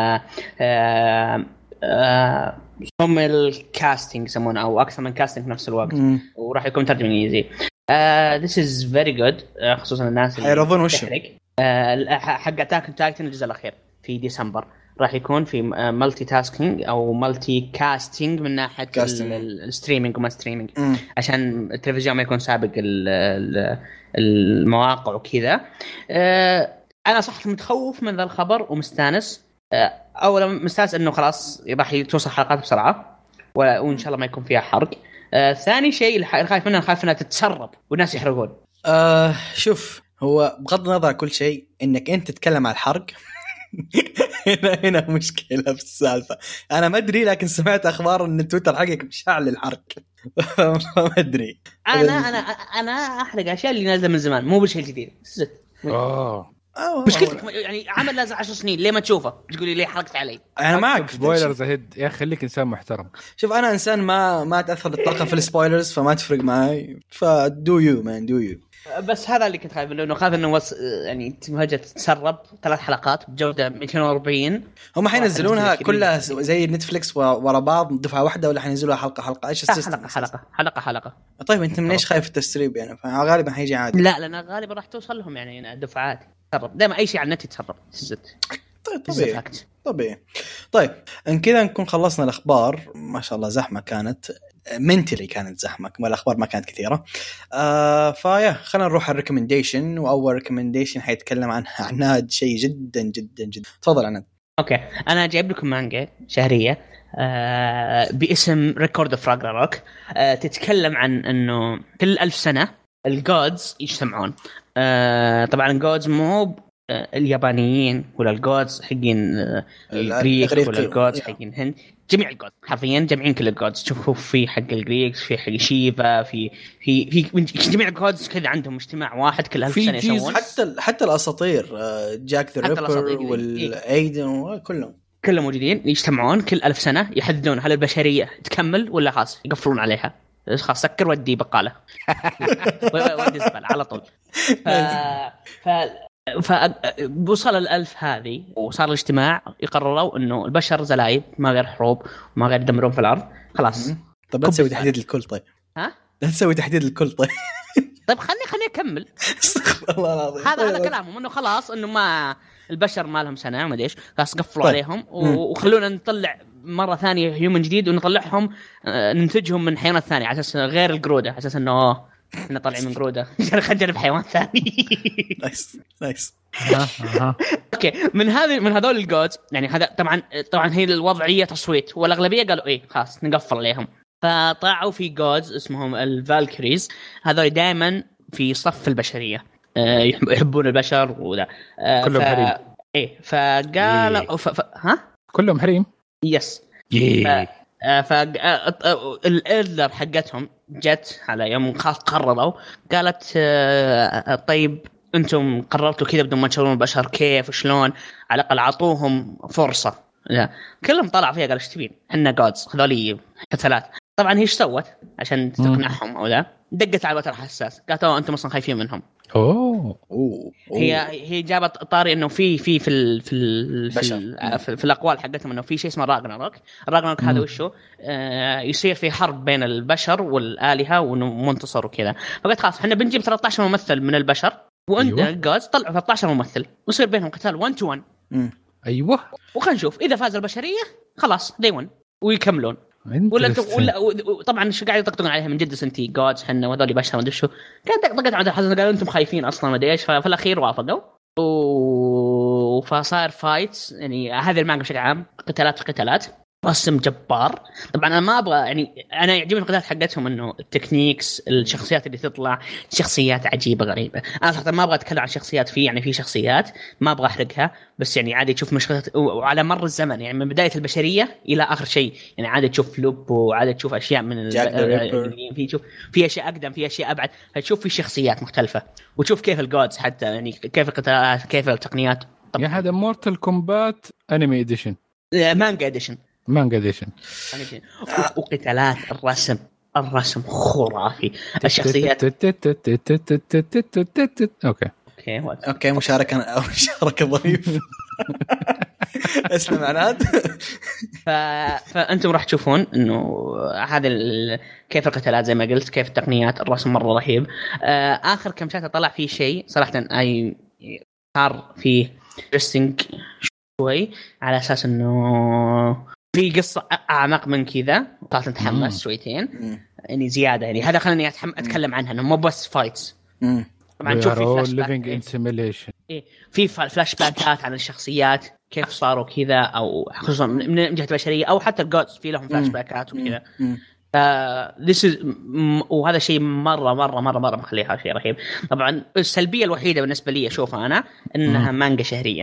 هم الكاستنج يسمونه او اكثر من كاستنج في نفس الوقت، وراح يكون ترجمه انجليزي. this is very good، خصوصا الناس اللي حيعرضون وش حق اتاك تايتن الجزء الاخير في ديسمبر. راح يكون في مالتي تاسكينج او مالتي كاستنج من ناحيه الستريمينج وما ستريمينج، عشان التلفزيون ما يكون سابق المواقع وكذا. انا صح متخوف من ذا الخبر ومستانس. اولا مستانس انه خلاص راح توصل حلقات بسرعه وان شاء الله ما يكون فيها حرق. ثاني شيء خايف انها تتسرب والناس يحرقون. شوف، هو بغض النظر كل شيء انك انت تتكلم عن الحرق هنا مشكلة في السالفة. أنا ما أدري، لكن سمعت أخبار إن التويتر حقك مشعل الحرق. ما أدري. أنا أحرق أشياء اللي نازلة من زمان، مو بشيء جديد. مشكلتك يعني عمل لازم 10 سنين ليه ما تشوفه؟ تقولي ليه حرقت علي؟ أنا معك. سبويلرز أهيد يا أخي، خليك إنسان محترم. شوف أنا إنسان ما أتأثر بالطاقة في السبويلرز، فما تفرق معي. فدو يو مان دو يو. بس هذا اللي كنت خايف منه، خايف انه يعني فجأة تتسرب 3 حلقات بجودة 240. هم حينزلونها كلها زي نتفليكس ورا بعض دفعة واحدة، ولا حينزلوها حلقة ايش السيستم؟ حلقة. طيب انت من ايش خايف التسريب يعني؟ فغالبا حيجي عادي. لا لأن غالبا راح توصل لهم يعني دفعات تسرب. دائما اي شيء على النت يتسرب. طبيعي. طيب ان كذا نكون خلصنا الاخبار. ما شاء الله زحمة كانت، منتلي كانت زحمة، الأخبار ما كانت كثيرة. فيا خلينا نروح على الريكومنديشن. وأول ريكومنديشن حيتكلم عن عناد، شيء جدا جدا جدا. تفضل عناد. أوكي، أنا جايب لكم مانجا شهرية باسم ريكورد اوف راجناروك. تتكلم عن إنه كل 1000 سنة الجودز يجتمعون. طبعا الجودز مو اليابانيين ولا الجودز حقين الجريك ولا الجودز حقين الهند، جميع الجودز حرفيا جمعين كل الجودز. تشوفوا في حق الجريكس، في حق شيفا، في جميع الجودز كذا عندهم اجتماع واحد كل 1000 سنة يسوون. حتى الاساطير جاك ذا ريبر والايدن وكلهم موجودين يجتمعون كل 1000 سنة يحددون هل البشرية تكمل ولا خلاص يقفلون عليها. خلاص سكر ودي بقالة ودي زبالة على طول. فوصل 1000 هذه وصار الاجتماع، يقرروا انه البشر زلايب ما غير حروب وما غير يدمرون في الارض خلاص. طب لا تسوي تحديد للكل. طيب ها لا تسوي تحديد للكل. طيب خليني اكمل. الله العظيم. هذا كلامهم انه خلاص انه ما البشر ما لهم سنه ما ادري ايش، خلاص قفلوا عليهم وخلونا نطلع مره ثانيه هيومن جديد ونطلعهم ننتجهم من حيوانات ثانيه على اساس غير القروده، على اساس انه احنا طالعين من قروده خلينا نجرب حيوان ثاني. نايس. اوكي، من هذول الجودز يعني هذا طبعا هي الوضعيه تصويت، والاغلبيه قالوا ايه خلاص نقفل عليهم. فطلعوا في جودز اسمهم الفالكريز. هذول دائما في صف البشريه، يحبون البشر وذا كلهم حريم. ايه فقال ها كلهم حريم. يس. الإيرلر حقتهم جت على يوم قرروا، قالت طيب أنتم قررتوا كذا بدون ما تشوفون البشر كيف وشلون، على الأقل عطوهم فرصة. لا كلهم طلع فيها قال ايش تبين احنا جودز هذولي كثلات. طبعا هي ايش سوت عشان تقنعهم او لا؟ دقت على الوتر حساس، قالت انتم اصلا خايفين منهم. هي جابت طاري انه في الاقوال حقتهم انه في شيء اسمه راغناروك هذا وشو يصير في حرب بين البشر والآلهة ومنتصر وكذا. فقلت خلاص احنا بنجيب 13 ممثل من البشر وانت جاز طلعوا 13 ممثل ويصير بينهم قتال 1 to 1. ايوه وخلينا نشوف اذا فاز البشريه خلاص دي 1 ويكملون ولا طبعا ايش قاعد يطقطقون عليها من جد سنتي جودز حنا وهذول بشر ما ادري شو قاعد طقطقت على حسن قالوا انتم خايفين اصلا ما ادري ايش. في الاخير وافقوا وفصار فايتس. يعني هذه المانجا بشكل عام قتالات رسم جبار. طبعا انا ما ابغى يعني، انا يعجبني القتالات حقتهم انه التكنيكس، الشخصيات اللي تطلع شخصيات عجيبه غريبه. انا صراحه ما ابغى اتكلم عن شخصيات فيه، يعني في شخصيات ما ابغى احرقها، بس يعني عادي تشوف مشكلات وعلى مر الزمن، يعني من بدايه البشريه الى اخر شيء، يعني عادي تشوف لوب، وعادي تشوف اشياء من في تشوف في اشياء اقدم، في اشياء ابعد، فتشوف في شخصيات مختلفه، وتشوف كيف الجودز حتى، يعني كيف القتالات، كيف التقنيات. يا هذا مورتال كومبات انمي اديشن، مانجا اديشن، مانجا اديشن. وقتالات الرسم خرافي، الشخصيات اوكي مشاركه ضعيف. اسلم عناد. فانتم راح تشوفون انه هذا كيف القتالات زي ما قلت، كيف التقنيات، الرسم مره رهيب. اخر كم شاطر طلع فيه شيء صراحه اي صار فيه دريسنج شوي، على اساس انه في قصه اعمق من كذا، طلعت اتحمس شويتين يعني زياده، يعني هذا خلاني اتكلم عنها، انه مو بس فايتس. طبعا نشوف في فلاش باك، في فلاش باكات عن الشخصيات كيف صاروا كذا، او خصوصا من جهه البشريه، او حتى الجودز في لهم فلاش باكات وكذا. وهذا شيء مرة مخليها شيء رهيب. طبعا السلبية الوحيدة بالنسبة لي أشوفها أنا إنها مانجا شهرية.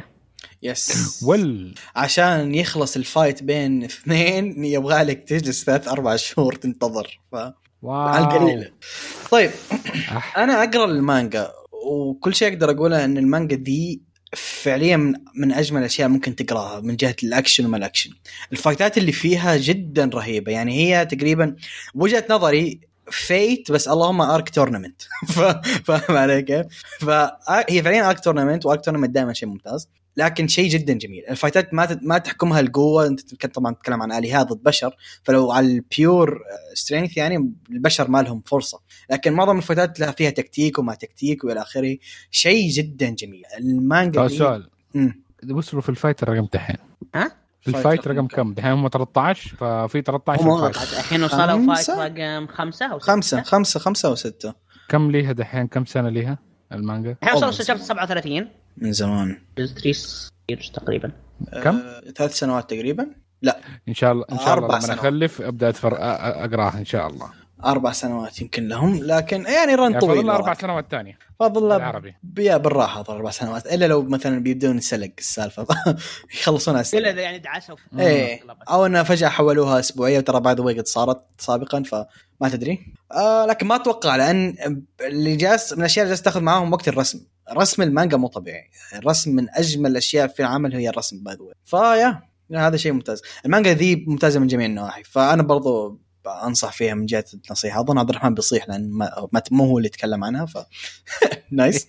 يس عشان يخلص الفايت بين اثنين يبغى لك تجلس 3-4 شهور تنتظر. على القليل. طيب أنا أقرأ المانجا، وكل شيء أقدر أقوله إن المانجا دي فعليا من أجمل الأشياء ممكن تقرأها من جهة الأكشن وما الأكشن. الفايتات اللي فيها جدا رهيبة، يعني هي تقريبا بوجهة نظري فيت بس اللهم ارك تورنمنت. فاهم علي كيف؟ فهي فعليا ارك تورنمنت، وارك تورنمنت دائما شيء ممتاز، لكن شيء جدا جميل. الفايتات ما تحكمها القوه، انت طبعا تتكلم عن الهات ضد بشر، فلو على البيور سترينث يعني البشر ما لهم فرصه، لكن معظم الفايتات لها فيها تكتيك وما تكتيك والى اخره، شيء جدا جميل. المانجا سؤال وصلوا في الفايت رقم دحين؟ الفايت رقم كم دحين؟ هم 13، ففي 13 الحين وصلوا فايت رقم 5 أو 6. 5 أو 6. كم ليها دحين؟ كم سنة ليها المانجا؟ الحين وصلوا شابتر 37 من زمان، 3 تقريبا. كم 3 سنوات تقريبا. لا ان شاء الله لما اخلف ابدا اقراها ان شاء الله. 4 سنوات يمكن لهم، لكن يعني رن طويل. فضل 4 سنوات ثانيه، فضل بالعربي بالراحه 4 سنوات، الا لو مثلا بيبدون يسلق السالفه يخلصونها الا اذا يعني دعسوا او انه فجاه حولوها اسبوعيه، وترى بعد قد صارت سابقا فما تدري. لكن ما اتوقع، لان اللي جالس من الاشياء اللي جالس تاخذ معاهم وقت رسم المانجا مو طبيعي. الرسم من اجمل الاشياء في العمل هي الرسم باي ذا واي. فيا هذا شيء ممتاز. المانجا ذي ممتازه من جميع النواحي، فانا برضو انصح فيها من جهه النصيحه. اظن عبد الرحمن بيصيح لان مو هو اللي يتكلم عنها، ف نايس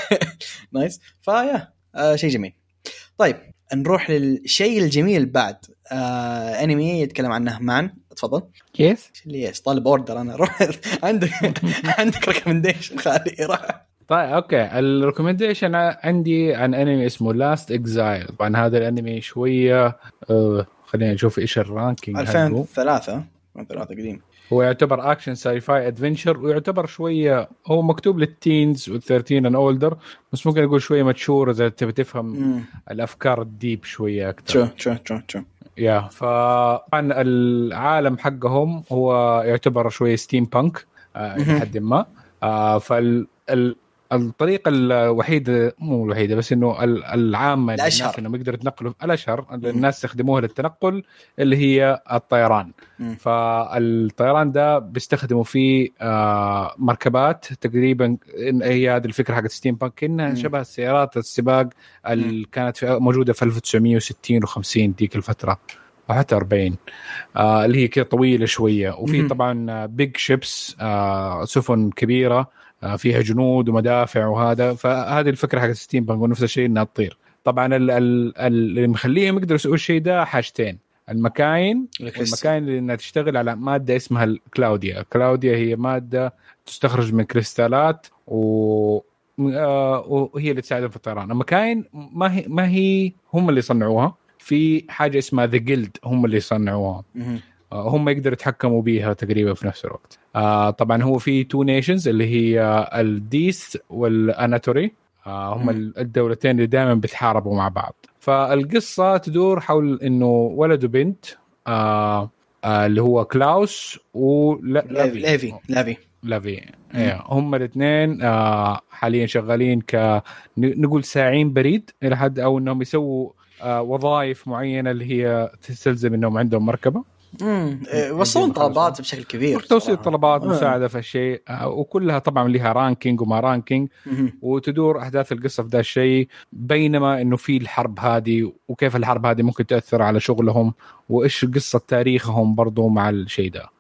نايس. فيا شيء جميل. طيب نروح للشيء الجميل بعد. انمي يتكلم عنه مان. تفضل. يس اللي يس طالب اوردر انا. روح عندك ريكومنديشن خالي روح. طيب اوكي، الريكومنديشن عندي عن انمي اسمه لاست اكزايل. طبعا هذا الانمي شويه خلينا نشوف ايش الرانكينج. 2003 قديم. هو يعتبر اكشن ساي فاي ادفنتشر، ويعتبر شويه هو مكتوب للتينز وال13 ان اولدر، بس ممكن اقول شويه ماتشور اذا تبي تفهم الافكار الديب شويه اكثر. شو يا فعن العالم حقهم هو يعتبر شويه ستيم بانك لحد ما. الطريقة الوحيدة، مو الوحيدة بس إنه العامة الناس إنهم يقدروا يتنقلوا، الأشهر الناس يستخدموها للتنقل اللي هي الطيران. فالطيران ده بيستخدموا فيه مركبات تقريبا. هي هذه الفكرة حقت ستيم بانك، إنها شبه السيارات السباق اللي كانت موجودة في 1960 و50 ديك الفترة، وحتى 40 اللي هي كده طويلة شوية. وفي طبعا بيج شيبس، سفن كبيرة فيها جنود ومدافع وهذا. فهذه الفكرة حق ستيم بانك، ونفس الشيء انها تطير. طبعا اللي مخليهم يقدروا يسووا الشيء ده حاجتين: المكاين اللي انها تشتغل على مادة اسمها الكلاوديا. الكلاوديا هي مادة تستخرج من كريستالات وهي اللي تساعدهم في الطيران. المكاين ما هي هم اللي يصنعوها، في حاجة اسمها ذا جيلد هم اللي يصنعوها. هم يقدروا يتحكموا بيها تقريبا في نفس الوقت. طبعا هو في 2 نيشنز اللي هي الديس والاناتوري، هم الدولتين اللي دائما بيتحاربوا مع بعض. فالقصة تدور حول انه ولد وبنت اللي هو كلاوس لافي. هم الاثنين حاليا شغالين نقول ساعين بريد الى حد، او انهم يسووا وظائف معينه اللي هي تستلزم انهم عندهم مركبه. وصلون طلبات بشكل كبير، توصيل طلبات مساعده في الشيء، وكلها طبعا لها رانكينج وما رانكينج، وتدور احداث القصه في ذا الشيء، بينما انه في الحرب هذه وكيف الحرب هذه ممكن تاثر على شغلهم، وايش قصه تاريخهم برضو مع الشيء ده.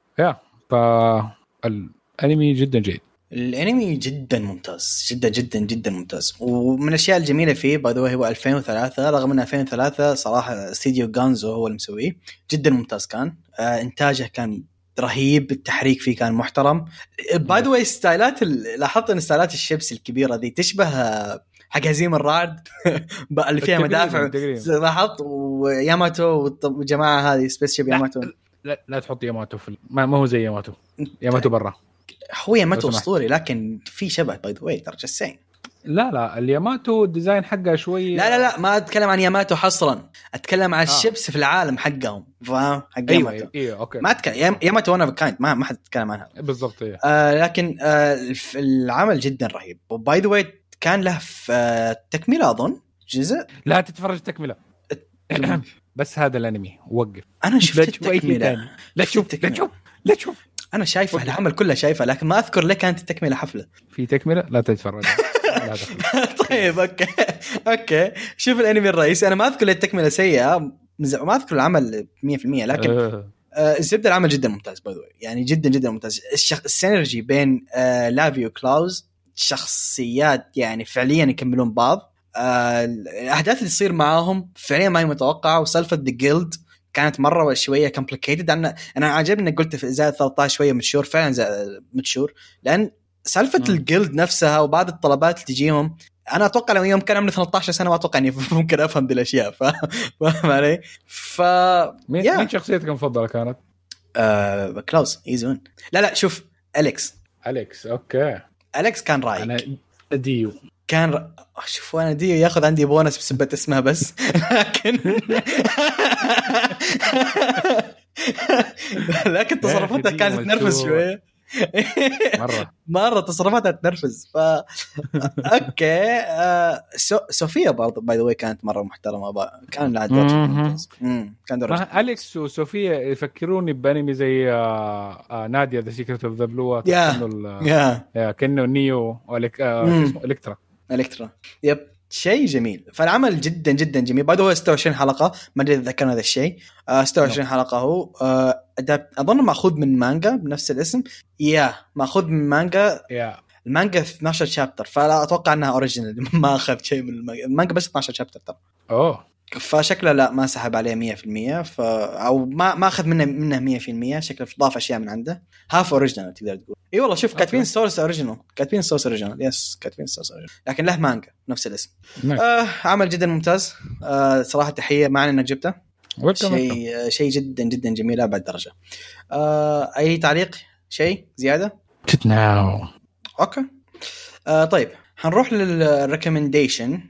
الانمي جدا جيد. الانمي جدا ممتاز، جدا جدا جدا ممتاز. ومن الاشياء الجميله فيه باي ذا واي هو 2003، رغم ان 2003 صراحه استديو غانزو هو اللي مسويه، جدا ممتاز كان. انتاجه كان رهيب، التحريك فيه كان محترم. باي ذا واي ستايلات لاحظت ان ستايلات الشيبس الكبيره دي تشبه حق هزيم الرعد اللي فيها مدافع، لاحظت. وياماتو والجماعه هذه سبيس شيب ياماتو. لا تحط ياماتو ما هو زي ياماتو برا. هو ياماتو اسطوري، لكن في شبه باي ذا واي ترى السين. لا الياماتو الديزاين حقه شوي. لا ما اتكلم عن ياماتو حصرا، اتكلم عن الشيبس في العالم حقهم، فاهم؟ حق ياماتو. ايوه اوكي. ما اتكلم ياماتو وانا كايند، ما حد يتكلم عنها بالضبط. لكن العمل جدا رهيب. وباي ذا واي كان له تكمله اظن جزء. لا تتفرج تكمله بس هذا الانمي وقف. انا شفت التكمله. لا تشوف انا شايفه العمل كله شايفه، لكن ما اذكر ليه كانت التكمله حفله. في تكمله لا تتفرج. طيب اوكي شوف الانمي الرئيسي. انا ما اذكر ليه التكمله سيئه، ما اذكر العمل 100%، لكن الزبده العمل جدا ممتاز باي ذا واي، يعني جدا جدا ممتاز. السينرجي بين لافي وكلاوز، شخصيات يعني فعليا يكملون بعض. الاحداث اللي تصير معاهم فعليا ما هي متوقعه. وسالفه ذا جيلد كانت مره شويه كومبليكيتد. انا عجبني انك قلت في زائد 13 شويه متشور، فعلا متشور، لان سالفه الجيلد نفسها وبعض الطلبات اللي تجيهم، انا اتوقع لو يوم كان عمري 13 سنه ما اتوقع اني ممكن افهم دي الاشياء. فاهم علي؟ مين شخصيتك المفضله كانت؟ كلاوز ايزون. لا شوف أليكس. اوكي أليكس كان رايق. انا ديو كان شوفوا انا ديو ياخذ عندي بونس بسبة اسمها بس. لكن تصرفاتها كانت تنرفز شويه. مرة تصرفاتها تنرفز. اوكي صوفيا برضه باي ذا واي كانت مرة محترمة، كان لها دور ممتاز. كان دور أليكس وصوفيا يفكروني بانمي زي ناديا ذا سيكريت اوف ذا بلو، كأنه نيو الكترا. يب شيء جميل. فالعمل جدا جدا جميل. بعده هو 26 حلقة، ما أدري إذا ذكرنا هذا الشيء. 26 حلقة هو أظن مأخوذ من مانجا بنفس الاسم. مأخوذ من مانجا. المانجا 12 شابتر، فلا أتوقع أنها أوريجينال. ما أخذ شيء من المانجا بس 12 شابتر ترى. فشكله لا ما سحب عليه 100%، أو ما أخذ منه 100%. شكله ضاف أشياء من عنده. هاف أوريجينال تقدر تقول. اي والله شوف كاتبين سورس اوريجينال، كاتبين سورس اوريجينال، لكن له مانجا نفس الاسم. عمل جدا ممتاز. صراحه تحيه، معنا انك جبته. شيء جدا جدا جميل ابعد درجه. اي تعليق شيء زياده؟ اوكي. طيب حنروح للريكومنديشن.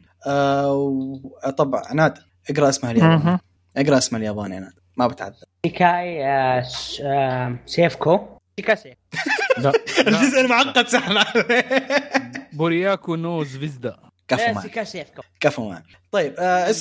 طبعا عناد اقرا اسمها الياباني. اقرا اسمها الياباني عناد، ما بتعذب. إيكاي سيفكو كاسي. لا الجزء المعقد سحنا. بورياكو نوز فيزدا. كفو معك. طيب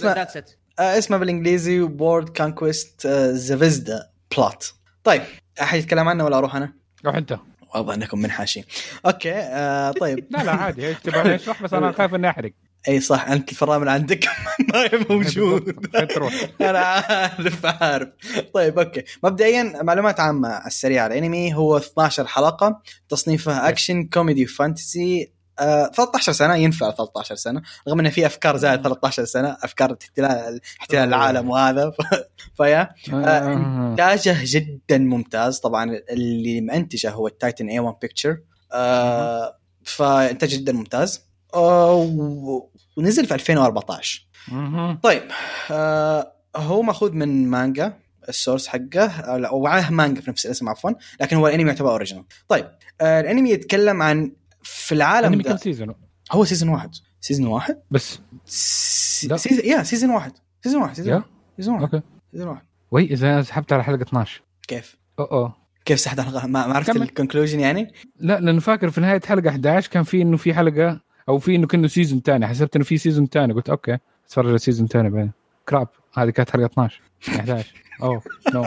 اسمه بالانجليزي بورد كونكويست زفيزدا بلوت. طيب احد يتكلم عنه ولا اروح انا؟ روح انت. واضح انكم منحاشين. اوكي طيب. لا عادي اكتب عليه اشرح، بس انا خايف اني احرق. اي صح، انت الفرامل عندك ما موجود. انا عارف. طيب اوكي، مبدئيا معلومات عامه على السريع. الانمي هو 12 حلقه، تصنيفه اكشن كوميدي فانتسي. 13 سنه ينفع 13 سنه، رغم انه في افكار زائد 13 سنه، افكار احتلال العالم وهذا. فيا انتاجه جدا ممتاز. طبعا اللي منتجه هو التايتن A1 بيكتشر. فانتاج جدا ممتاز. ونزل في 2014. طيب هو ماخوذ من مانجا، السورس حقه او معاه مانجا في نفس الاسم عفوا، لكن هو الانمي يعتبر اوريجينال. طيب الانمي يتكلم عن في العالم ده. سيزون هو سيزون واحد بس سيزون واحد. اوكي. سيزون واحد. وي اذا سحبت على حلقه 12 كيف اوه كيف سحبت على ما عرفت كمل. الكونكلوجن يعني. لا لانه فاكر في نهايه حلقه 11 كان في انه في حلقه او في انه كانه سيزون ثاني، حسبت انه في سيزون ثاني، قلت اوكي اتفرج على سيزون ثاني بعدين كراب هذه كانت حلقه 12 11 اوه نو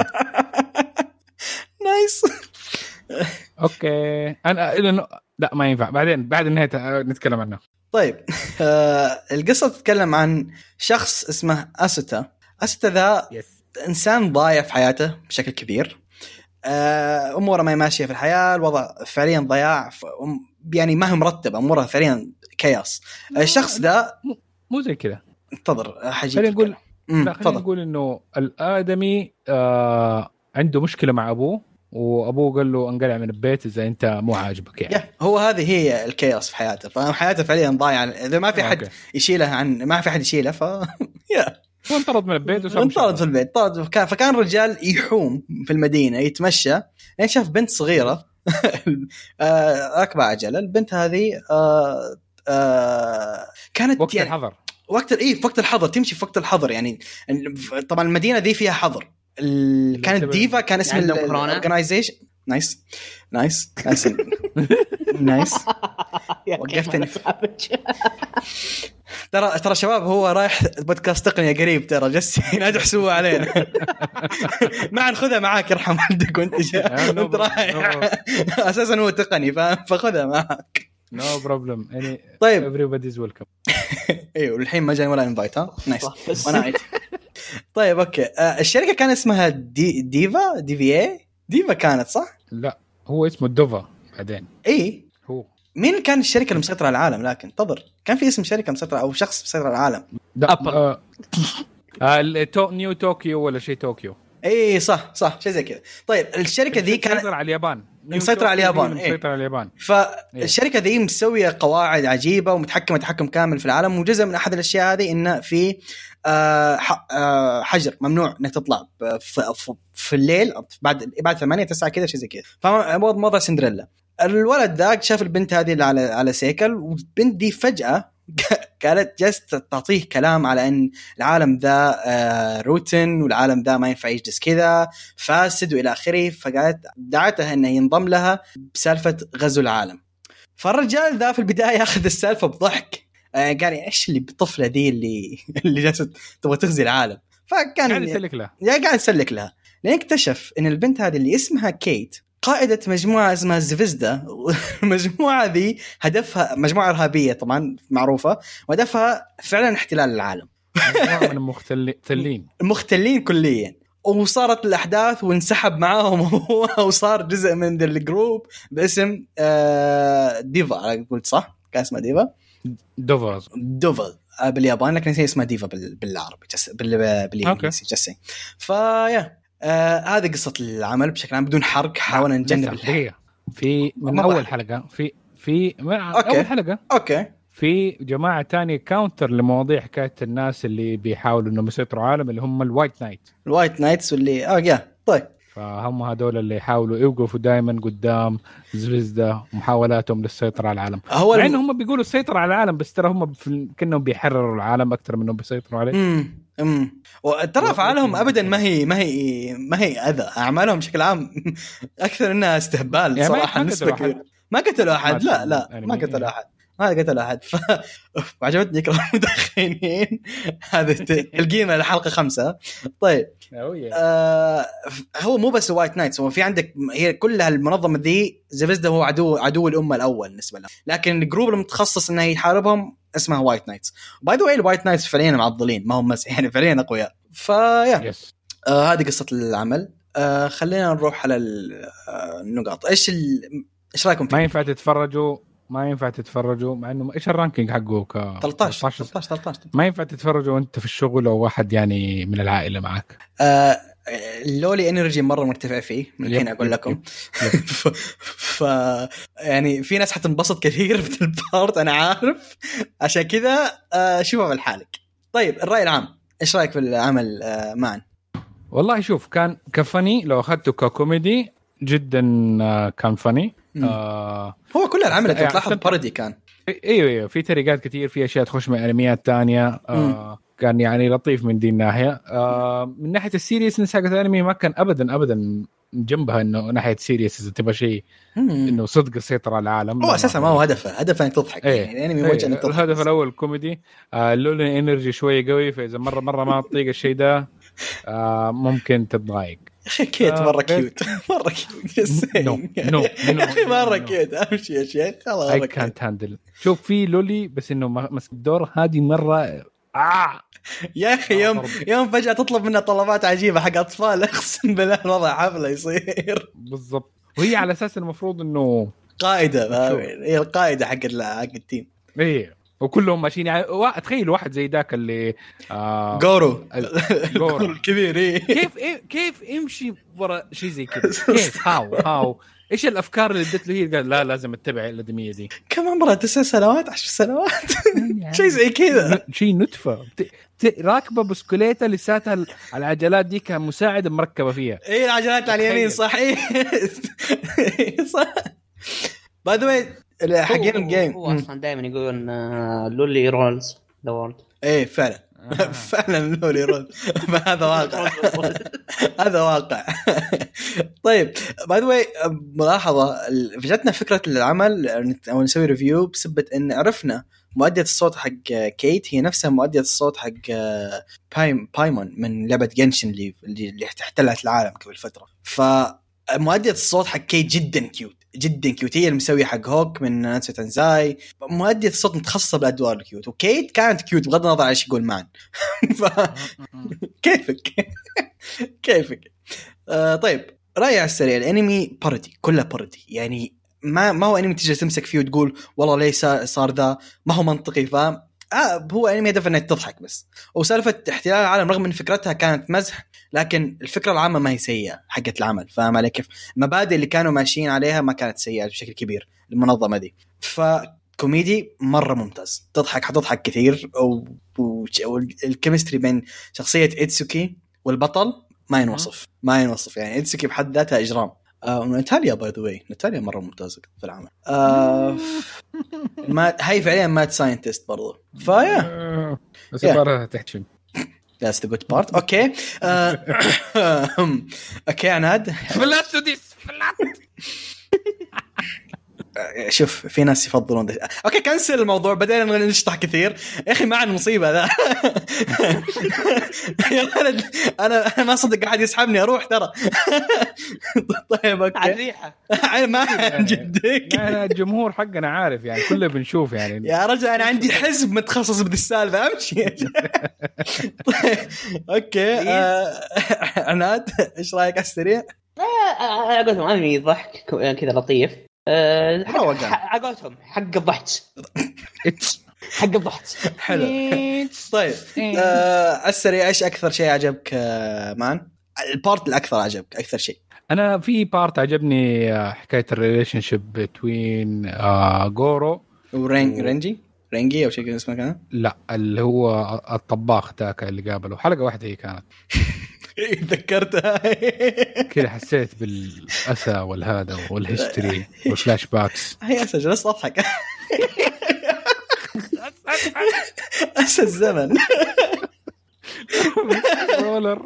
نايس. اوكي انا لانه لا ما ينفع بعدين بعد النهايه نتكلم عنه. طيب القصة تتكلم عن شخص اسمه أسوتا ذا إنسان ضايع في حياته بشكل كبير. أموره ما ماشية في الحياة، الوضع فعليا ضياع يعني ما هي مرتبة، أموره فعليا كياس. الشخص ذا مو زي كذا، انتظر حاجة خلينا نقول لا خلينا نقول إنه الآدمي عنده مشكلة مع أبوه، وأبوه قال له انقلع من البيت إذا أنت مو عاجبك يعني. هو هذه هي الكياس في حياته، فحياته فعليا ضايعة إذا ما في حد يشيلها ما في حد يشيله هو انطرد من البيت انطرد في البيت. فكان رجال يحوم في المدينة يتمشى، يعني شاف بنت صغيرة راكبة عجلة. البنت هذه كانت وقت يعني الحظر، وقت الحظر تمشي في وقت الحظر يعني. طبعا المدينة دي فيها حظر. كانت ديفا، كان اسم الاورجنايزيشن. نايس وقفتني. ترى شباب هو رايح بودكاست تقنية قريب، ترى جسي لا تحسوا علينا. ما ناخذها معاك يرحم والدك وانت انت رايح اساسا هو تقني فخذها معاك. نو بروبلم اني. طيب everybody's welcome. ايوه الحين ما جاني ولا انفايت. ها نايس وانا عايز. طيب اوكي الشركة كان اسمها ديفا كانت صح؟ لا هو اسمه دوفا بعدين. ايه هو مين كان الشركة المسيطرة على العالم؟ لكن انتظر، كان في اسم شركة مسيطرة او شخص مسيطر على العالم؟ ابل. نيو طوكيو ولا شيء طوكيو. ايه صح شيء زي كذا. طيب الشركة ذي كانت مسيطرة على اليابان. مسيطرة على اليابان. مسيطرة على اليابان. فالشركة ذي مسوية قواعد عجيبة ومتحكمة تحكم كامل في العالم، وجزء من أحد الأشياء هذه إنه في حجر ممنوع إنك تطلع في الليل بعد 8-9 كذا شيء زي كذا. فموضوع سندريلا. الولد ذاك شاف البنت هذه على سيكل، والبنت دي فجأة قالت جست تعطيه كلام على ان العالم ذا روتن، والعالم ذا ما ينفع يجلس كذا فاسد والى اخره. فقالت دعتها انه ينضم لها بسالفه غزو العالم. فالرجال ذا في البدايه اخذ السالفه بضحك، قال ايش اللي بالطفله ذي اللي جالسه تبغى تغزي العالم. فكان قاعد يسلك لها لين اكتشف ان البنت هذه اللي اسمها كيت قائدة مجموعة اسمها زفزدا. المجموعة ذي هدفها مجموعة إرهابية طبعا معروفة، وهدفها فعلا احتلال العالم. مجموعة من المختلين كليا. وصارت الأحداث وانسحب معاهم وصار جزء من الجروب باسم ديفا. قلت صح؟ كان اسمها دوفا باليابان، لكن هي اسمها ديفا بالعربي بالإنجليزي جسي. فيا هذه قصة العمل بشكل عام بدون حرق. حاولنا نجنب في من أول حلقة في أول حلقة أوكي في جماعة تانية كاونتر لمواضيع حكاية الناس اللي بيحاولوا إنهم يسيطروا عالم، اللي هم الوايت نايتس واللي طيب فهم هذول اللي يحاولوا يوقفوا دائما قدام زفزدة ومحاولاتهم للسيطرة على العالم. مع إنهم هم بيقولوا السيطرة على العالم، بس ترى هم كأنهم بيحرروا العالم أكثر منهم بيسيطروا عليه. وترى أفعالهم أبدا ما هي أذى. أعمالهم بشكل عام أكثر إنها استهبال يعني صراحة. ما قتلوا أحد. لا ما قتلوا أحد. وعجبتني يكره مدخنين. هذا القيمة لحلقة 5. طيب هو مو بس وايت نايتس، هو في عندك هي كلها المنظمة ذي. زفزدا هو عدو الأمة الأول بالنسبة له، لكن الجروب المتخصص إنه يحاربهم اسمها وايت نايتس. باي ذا واي الوايت نايتس فعليا معضلين، ما هم بس يعني فعليا أقوياء. فيا هذه قصة العمل. خلينا نروح على النقاط. إيش رأيكم فيه؟ ما ينفع تتفرجوا مع انه ايش الرانكينج حقه 13. ما ينفع تتفرجوا وانت في الشغل او واحد يعني من العائله معك. اللولي انرجي مره مرتفع فيه من الحين اقول لكم. يعني في ناس حتنبسط كثير في البارت انا عارف، عشان كذا شوفوا بالحالك. طيب الراي العام ايش رايك في العمل معا؟ والله شوف كان كفني، لو اخذته ككوميدي جدا كان فني. هو كل العمل تلاحظ بارودي كان. ايوه في طريقات كتير، في اشياء تخش من انميات تانية. كان يعني لطيف من دي الناحيه. من ناحيه السيريسنس حق الانمي ما كان ابدا جنبها انه ناحيه سيريس اذا تبغى شيء انه صدق يسيطر على العالم. هو اساسا ما هو هدفه انك تضحك. يعني الانمي موجه انك تضحك. الهدف الاول كوميدي، لولا انرجي شويه قوي، فاذا مره ما تطيق الشيء ده ممكن تتضايق. اخي كيت مره كيوت مره كيوت. نو اخي مره كيوت امشي يا شيخ خلاص. اي كانت هاندل. شوف في لولي بس انه مسك الدور هذه مره يا اخي يوم فجاه تطلب منها طلبات عجيبه حق اطفال، اقسم بالله الوضع حفله يصير بالضبط. وهي على اساس المفروض انه قائده، هي القائده حق التيم. ايه وكلهم ماشيين يعني. تخيل واحد زي ذاك اللي جورو الكبير. كيف يمشي ورا شيء زي كذا؟ كيف هاو ايش الافكار اللي ادت له؟ هي قال لا لازم اتبع الادميه دي. كم عمرها 9 سنوات 10 سنوات شيء زي كذا، شيء نتفه راكبه بسكوليته لساتها العجلات دي كان مساعد مركبه فيها. ايه العجلات على اليمين صحيح صح. باي ذا واي حقين الجيم هو اصلا دائما يقولون لولي رولز ذا وورلد. ايه فعلا فعلا لولي رولز. هذا واقع هذا واقع. طيب باي ذا واي ملاحظه فجتنا فكره العمل او نسوي ريفيو بسبب ان عرفنا مؤدية الصوت حق كيت هي نفسها مؤدية الصوت حق بايمون من لعبة جنشن اللي احتلت العالم قبل فترة. فمؤدية الصوت حق كيت جدا كيوت جدا كيوت. هي المسوية حق هوك من نانسو تنزاي. مؤدية الصوت متخصصة بالأدوار الكيوت، وكيت كانت كيوت بغض النظر عن ايش يقول معن. كيفك. طيب رأيي على السريع، الانمي بارودي، كله بارودي. يعني ما هو انمي تيجي تمسك فيه وتقول والله ليس صار ذا، ما هو منطقي. فاهم؟ هو انمي هدف انك تضحك بس. وسالفه احتلال العالم رغم ان فكرتها كانت مزح، لكن الفكره العامه ما هي سيئه حقت العمل. فاهم علي كيف؟ المبادئ اللي كانوا ماشيين عليها ما كانت سيئه بشكل كبير المنظمه دي. فكوميدي مره ممتاز، تضحك حتضحك كثير. والكيمستري بين شخصيه إتسوكي والبطل ما ينوصف يعني. إتسوكي بحد ذاتها اجرام. ناتاليا باي ذا واي، ناتاليا مره ممتازه في العمل. ما هي فعليا مات ساينتست برضو. فيا بس برا تحكي that's the good part. اوكي اوكي عناد فلات ديس فلات. شوف في ناس يفضلون ده. اوكي كنسل الموضوع بدينا نشطح كثير يا اخي. مع المصيبه ذا يا ولد انا ما صدق احد يسحبني اروح ترى. طيب اوكي على الريحه ما جدك. انا الجمهور حقنا عارف يعني كله بنشوف يعني. يا رجل انا عندي حزب متخصص بهذه السالفه امشي. طيب اوكي عناد ايش رايك على السريع؟ اقولهم انمي ضحك كذا لطيف. عقولتهم حق الضحك حق الضحك حلو. طيب السريع ايش اكثر شيء عجبك مان؟ البارت الاكثر عجبك اكثر شيء؟ انا في بارت عجبني حكايه الريليشن شيب بين غورو رينجي او شيء كذا اسمه كان. لا اللي هو الطباخ ذاك اللي قابله حلقه واحده هي كانت تذكرتها كذا. حسيت بالأسى والهذا والهيستوري والفلاش باكس. هي أسى جلست أضحك. أسى الزمن رولر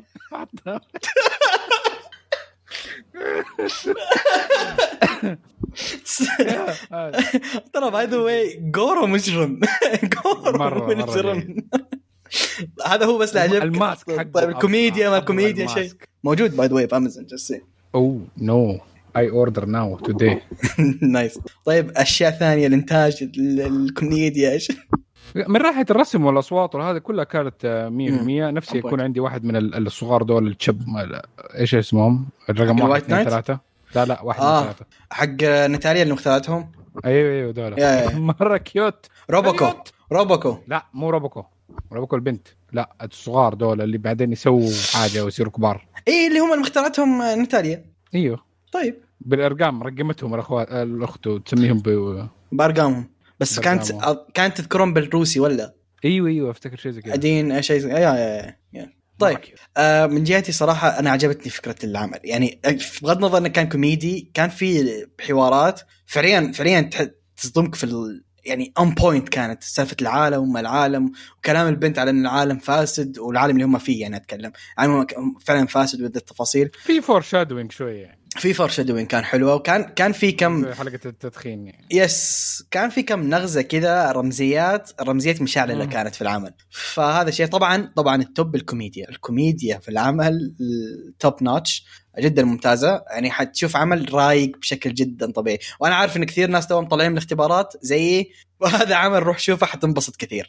ترى باي ذا واي جورو مجرم. جورو مجرم. هذا هو بس اللي عجبك الماسك حق. طيب الكوميديا ما الكوميديا شيء موجود باي ذا واي في امازون جسي. اوه نو اي اوردر ناو توداي. نايس. طيب اشياء ثانيه الانتاج الكوميديا ايش من ناحيه الرسم والاصوات وهذا كلها كانت 100%. نفسي يكون عندي واحد من الصغار دول الشب ايش اسمهم الرقم 1 2 3 لا 1 2 3 حق ناتاليا اللي مختارتهم. ايوه دول مره كيوت. روبوكو لا مو روبوكو البنت، لا الصغار دول اللي بعدين يسووا حاجه ويصيروا كبار. ايه اللي هم اللي مختارتهم ناتاليا. ايوه طيب بالارقام رقمتهم الاخت وتسميهم بارقامهم بس كانت تذكرون بالروسي ولا؟ ايوه افتكر شيء زي كذا ادين شيء يا طيب من جهتي صراحه انا عجبتني فكره العمل. يعني بغض النظر انه كان كوميدي كان في حوارات فعليا تصدمك في يعني on point كانت سالفة العالم وما العالم وكلام البنت على أن العالم فاسد والعالم اللي هم فيه يعني أتكلم عالم فعلا فاسد وذا التفاصيل في فورشادوينج شوية في فورشادوينج كان حلوة وكان في كم حلقة التدخين يعني. يس كان في كم نغزة كذا رمزيات مشعلة كانت في العمل فهذا شيء طبعا التوب الكوميديا في العمل التوب نوتش جدا ممتازة يعني حتشوف عمل رايق بشكل جدا طبيعي وأنا عارف إن كثير ناس توهم طالعين من الاختبارات زيي وهذا عمل روح شوفه حتنبسط كثير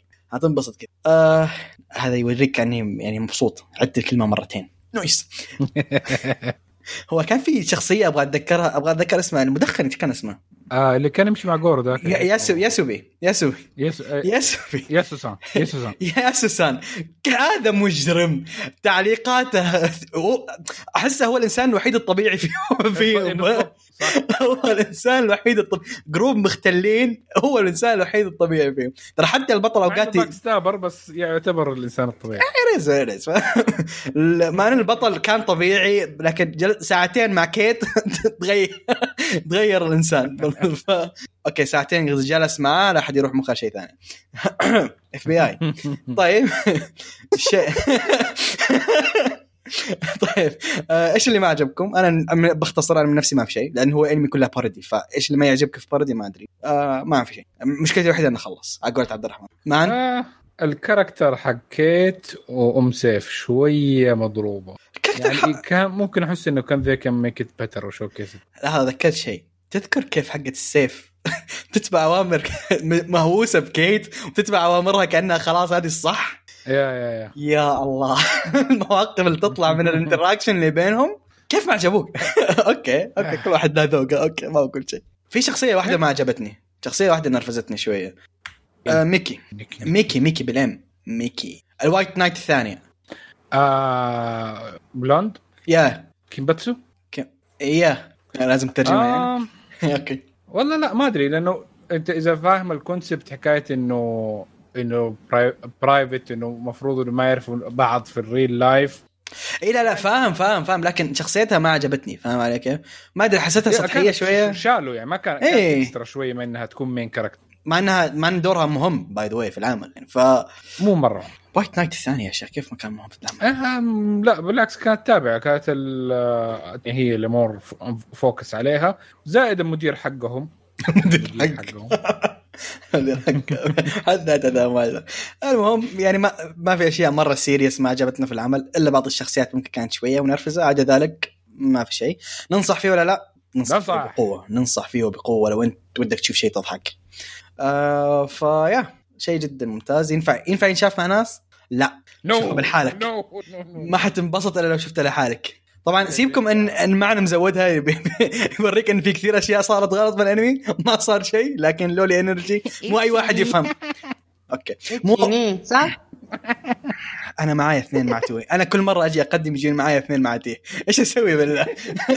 هذا يوريك أني يعني مبسوط عدت الكلمة مرتين نويس هو كان في شخصية أبغى أتذكر اسمها المدخن كان اسمه اللي كان يمشي مع جورو ذاك ياسوسان هذا مجرم تعليقاته أحسه هو الإنسان الوحيد الطبيعي فيهم هو الإنسان الوحيد جروب مختلين هو الإنسان الوحيد الطبيعي فيهم ترى حتى البطل أوقات يستابر بس يعتبر الإنسان الطبيعي ريز ما أن البطل كان طبيعي لكن ساعتين مع كيت تغير الإنسان أوكي ساعتين جلس معاه لا أحد يروح مخه شيء ثاني FBI طيب طيب ايش اللي ما عجبكم؟ انا باختصار انا من نفسي ما في شيء لانه هو انمي كلها بارودي فايش اللي ما يعجبك في بارودي ما ادري ما في شيء مشكلتي الوحيده انه خلص اقول عبد الرحمن الكاركتر حقيت وام سيف شويه مضروبه يعني كان ممكن احس انه كان ذي كان ميك ات بيتر وشو كيف هذا ذكرت شيء تذكر كيف حقت السيف تتبع اوامر مهووسه بكيت وتتبع اوامرها كانها خلاص هذه الصح يا الله المواقف اللي تطلع من الانتراكشن اللي بينهم كيف ما عجبوك اوكي كل واحد له ذوقه اوكي ما اقول شيء في شخصيه واحده ما عجبتني شخصيه واحده نرفزتني شويه ميكي بالام ميكي الوايت نايت الثانيه بلوند كيمباتسو لازم ترجمه يعني اوكي والله لا ما ادري لانه انت اذا فاهم الكونسبت حكايه انه برايفت انه مفروض انه ما يعرفوا بعض في الريل لايف لا فاهم لكن شخصيتها ما عجبتني فاهم علي كيف ما ادري حسيتها سطحيه شويه شالوا يعني ما كان اكسترا شويه من انها تكون مين كاركتر مع انها ما دورها مهم باي ذا واي في العمل يعني مو مره وايت نايت الثانيه يا شيخ كيف ما كان مهم في العمل لا بالعكس كانت تابعه كانت هي اللي مور فوكس عليها زائد المدير حقهم هذا ما المهم يعني ما في اشياء مره سيريس ما عجبتنا في العمل الا بعض الشخصيات ممكن كانت شويه ونرفزه عدا ذلك ما في شيء ننصح فيه ولا لا ننصح فيه بقوه لو انت ودك تشوف شيء تضحك فيا شيء جدا ممتاز ينفع ينشاف مع ناس لا شوفه لحالك ما حتنبسط الا لو شفته لحالك طبعا سيبكم ان معنا مزودها يوريك ان في كثير اشياء صارت غلط بالانمي ما صار شيء لكن لولي انرجي مو اي واحد يفهم اوكي مو صح انا معايا 2 مع توي انا كل مره اجي اقدم يجون معايا 2 مع تي ايش اسوي بالله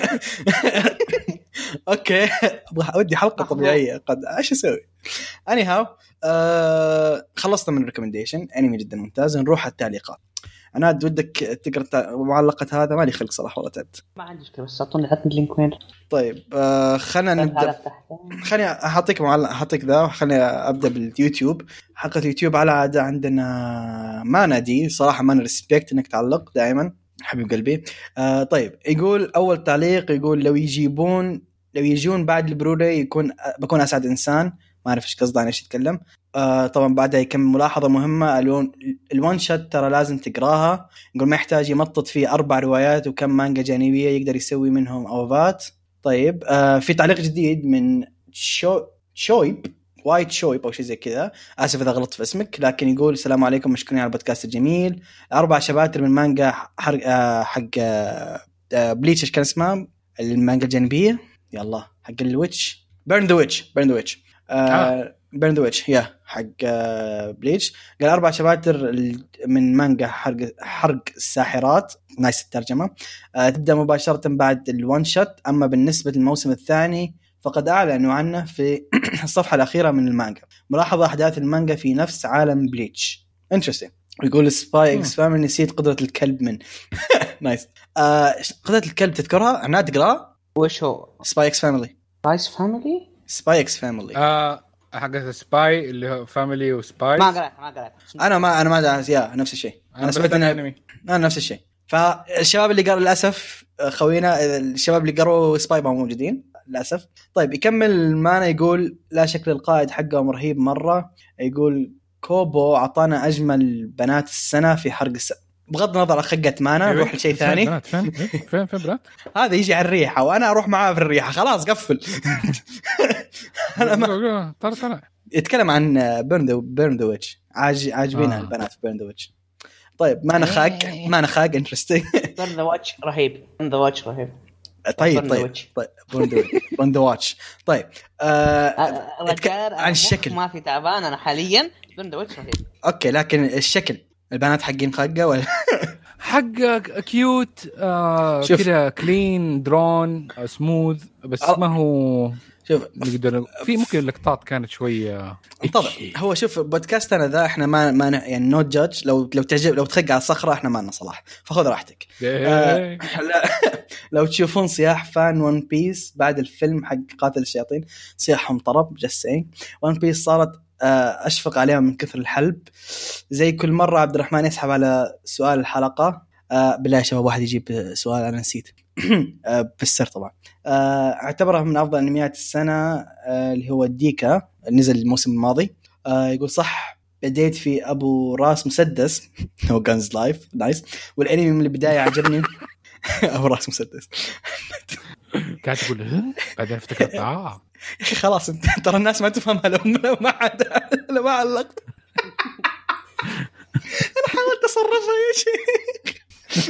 اوكي ابغى اودي حلقه طبيعيه قد ايش اسوي اني هاو خلصنا من الريكومنديشن انمي جدا ممتاز نروح على التعليقات انا ودك تقرا معلقه هذا مالي خلق صراحه والله تعبت ما عندي مشكله بس اعطوني حتى اللينك وين طيب خلينا نبدا خليني اعطيك معلق اعطيك ذا خليني ابدا باليوتيوب حلقه اليوتيوب على عاده عندنا ما نادي صراحه ما نرسبكت انك تعلق دائما حبيب قلبي طيب يقول اول تعليق يقول لو يجون بعد البروداي بكون اسعد انسان ما اعرف ايش قصده عن ايش يتكلم طبعا بعدها يكمل ملاحظة مهمة الون شوت ترى لازم تقراها نقول ما يحتاج يمطط فيه 4 روايات وكم مانجا جانبية يقدر يسوي منهم أوفات طيب في تعليق جديد من شويب وايت شويب أو شيء زي كذا آسف إذا غلطت في اسمك لكن يقول السلام عليكم مشكورين على البودكاست الجميل 4 شباتر من مانجا حق بليتش إيش كان اسمها المانجا الجانبية يلا حق الويتش بيرن ذا ويتش بيرن ذا ويتش حق بليتش قال 4 شباتر من مانجا حرق الساحرات نايس الترجمة تبدأ مباشرة بعد الوان شوت أما بالنسبة للموسم الثاني فقد أعلنوا عنه في الصفحة الأخيرة من المانجا ملاحظة أحداث المانجا في نفس عالم بليتش interesting يقول سباي اكس فاميلي نسيت قدرة الكلب من نايس قدرة الكلب تذكرها أنا تقرأ وش هو سباي اكس فاميلي سباي اكس فاميلي حق سباي اللي هو فاميلي وسباي. ما قرأت انا ما دعس يا نفس الشيء. انا سمعت انا نفس الشيء. فالشباب اللي قرأوا للاسف خوينا الشباب اللي قرأوا سباي ما موجودين للاسف. طيب يكمل معنا يقول لا شكل القائد حقه رهيب مره. يقول كوبو عطانا اجمل بنات السنه في حرق بغض النظر عن خقة معنا نروح لشيء ثاني. فين بنات هذا يجي على الريحه وانا اروح معاه في الريحه خلاص قفل. انا ما طلع يتكلم عن بيرندويتش عاجبينها البنات في بيرندويتش. طيب ما نخاق انترستينج. بيرندويتش رهيب. طيب بيرندويتش. طيب عن الشكل ما في تعبان انا حاليا. بيرندويتش رهيب اوكي لكن الشكل البنات حقين خقه ولا حق كيوت كذا كلين درون سموث بس ما هو شوف نقدر في ممكن لقطات كانت شويه طبعا. هو شوف بودكاستنا ذا احنا ما يعني نوت جادج. لو تعجب لو تخق على الصخره احنا ما لنا صلاح فخذ راحتك. لو تشوفون صياح فان ون بيس بعد الفيلم حق قاتل الشياطين صياحهم طرب جسين. ون بيس صارت أشفق عليهم من كثر الحلب. زي كل مرة عبد الرحمن يسحب على سؤال الحلقة. بالله يا شباب واحد يجيب سؤال أنا نسيت بالسر طبعا. اعتبره من أفضل أنميات السنة اللي هو ديكا نزل الموسم الماضي. يقول صح بديت في أبو راس مسدس هو جانز لايف نايس والأنمي من البداية عجبني. أبو راس مسدس قاعد تقول بعدين افتكرت خلاص انت ترى الناس ما تفهمها لو ما علقت. انا حاولت اصرفها يا شيخ.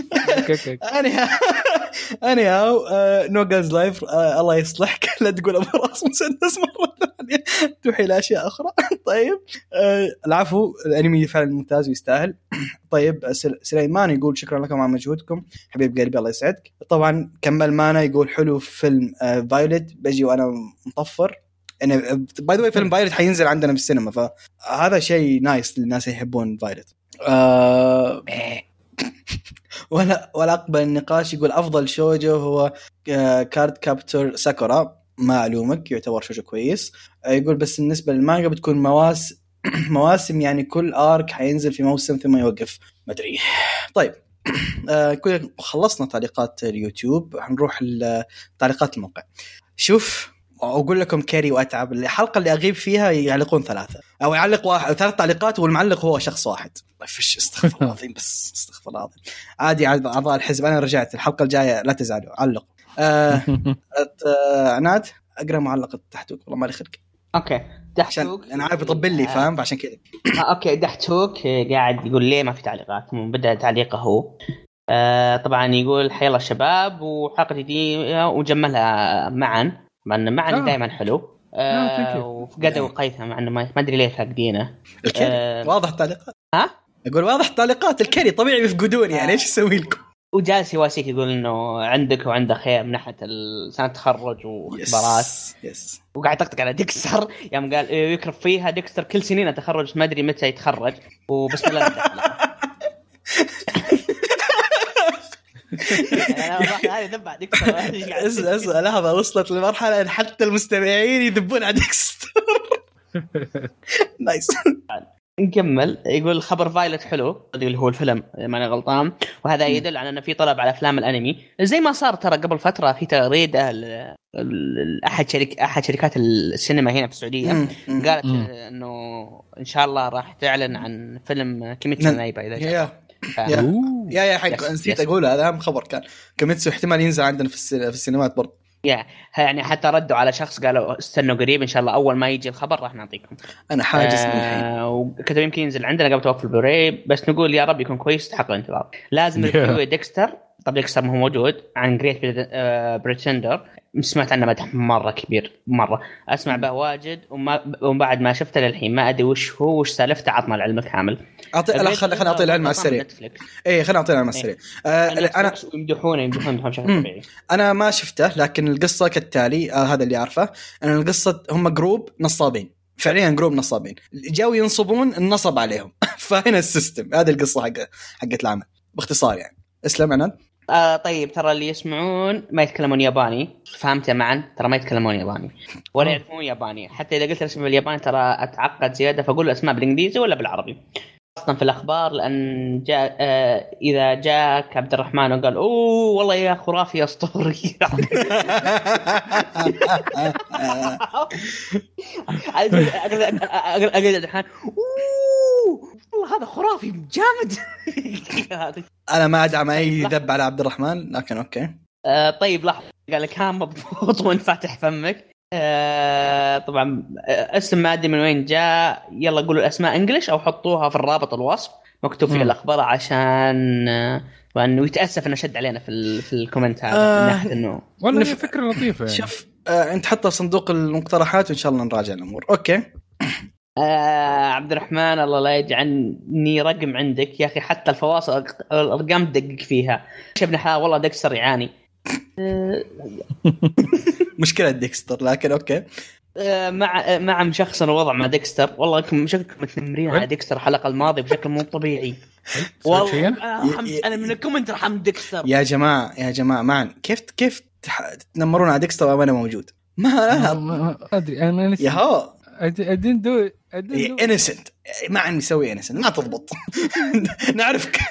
أنا نو جاز لايف الله يصلحك لا تقول أبو راس مسدس مرة ثانية توحي لأشياء أخرى. طيب العفو الأنمي فعلا ممتاز ويستاهل. طيب سليمان يقول شكرا لكم على مجهودكم حبيب قلبي الله يسعدك. طبعا كمل معنا يقول حلو فيلم فايولت بجي وأنا مطفر. أنا باي ذا واي فيلم فايولت حينزل عندنا بالسينما فهذا شيء نايس للناس يحبون فايولت. ولا أقبل النقاش. يقول أفضل شوجو هو كارد كابتور ساكورا معلومك يعتبر شوجو كويس. يقول بس بالنسبة للمانجا بتكون مواسم يعني كل آرك حينزل في موسم ثم يوقف ما أدري. طيب خلصنا تعليقات اليوتيوب هنروح لتعليقات الموقع. شوف أقول لكم كاري وأتعب الحلقة اللي أغيب فيها يعلقون 3 أو يعلق 3 تعليقات والمعلق هو شخص واحد. فش استغفر الله العظيم بس استغفر الله العظيم عادي أعضاء الحزب أنا رجعت الحلقة الجاية لا تزعلوا علق. عناد أقرأ معلقة تحتوك والله ما لي خلق. أوكي دحتوك أنا عارف يطبل لي فاهم فعشان كذا. أوكي دحتوك قاعد يقول ليه ما في تعليقات من بدأ تعليقه هو. طبعا يقول حيا الله الشباب وحلقة دي وجملها معا دائما حلو. وفقدوا قيثها مع انه ما ادري ليه فاقدينه. واضح التعليقات اقول واضح التعليقات الكري طبيعي يفقدون يعني ايش اسوي لكم. وجالس يواسيك يقول انه عندك وعنده خير من ناحيه سنه تخرج واختبارات يس. وقاعد يطقطق على ديكستر يوم قال يكرف فيها ديكستر كل سنين التخرج ما ادري متى يتخرج وبسم الله هذه دبع ديكستر. لحظة وصلت لمرحلة إن حتى المستمعين يدبون على ديكستر. نايس. نكمل يقول خبر فايلت حلو اللي هو الفيلم ماني غلطان وهذا يدل على أن في طلب على أفلام الأنمي زي ما صار ترى قبل فترة في تغريدة أحد شركات السينما هنا في السعودية قالت إنه إن شاء الله راح تعلن عن فيلم كيميتسو نايبا إذا جاء. يا حق نسيت أقول هذا أهم خبر كان كيميتسو احتمال ينزل عندنا في السينمات برضه. يعني حتى ردوا على شخص قالوا استنوا قريب إن شاء الله أول ما يجي الخبر راح نعطيكم. أنا حاجز من الحين وكتب يمكن ينزل عندنا قبل توقف البلوراي بس نقول يا رب يكون كويس تحقق الانتظار. لازم نرجع ديكستر. طب ديكستر ما هو موجود عن جريت بريتندر سمعت عنه مدح مرة كبير مرة أسمع به واجد وبعد ما شفته للحين ما أدري وش سالفته عطنا العلم الكامل. خلينا نعطي العلم على السريع. إيه خلينا نعطي العلم على السريع. أنا يمدحونه بشكل طبيعي. أنا ما شفته لكن القصة كالتالي هذا اللي أعرفه أن القصة هم جروب نصابين فعليا جروب نصابين جاوا ينصبون النصب عليهم. فهنا السيستم هذه القصة حقت العمل باختصار يعني. اسلم عناد. طيب ترى اللي يسمعون ما يتكلمون ياباني، فهمت معا؟ ترى ما يتكلمون ياباني ولا يعرفون ياباني. حتى إذا قلت الاسم بالياباني ترى أتعقد زيادة، فأقول الأسماء بالإنجليزي ولا بالعربي أصلا في الأخبار. لأن جاء إذا جاءك عبد الرحمن وقال أوه والله يا خرافي أسطوري أقول الحين أوه والله هذا خرافي جامد انا ما ادعم اي ذب على عبد الرحمن، لكن اوكي. طيب لحظه، قال لك ها مضبوط وين فاتح فمك. طبعا اسم ما ادري من وين جاء. يلا قولوا الاسماء انجلش او حطوها في الرابط الوصف مكتوب فيه الاخبار عشان وانه يتاسف انه شد علينا في الكومنت هذا. من ناحيه انه والله فكره لطيفه يعني. شوف انت حطها في صندوق المقترحات وان شاء الله نراجع الامور. اوكي. عبد الرحمن الله لا يجعلني رقم عندك يا اخي، حتى الفواصل الارقام تدقق فيها. شفنا حال والله ديكستر يعاني. مشكله ديكستر، لكن اوكي. مع مشخص الوضع مع ديكستر. والله شكلكم متنمرين على ديكستر الحلقه الماضيه بشكل مو طبيعي. والله انا من الكومنت رحمت ديكستر. يا جماعه معا كيف تنمرون على ديكستر وانا موجود؟ ما ادري انا يا هو I didn't do it. innocent. ما عم يسوي innocent، ما تضبط. نعرفك.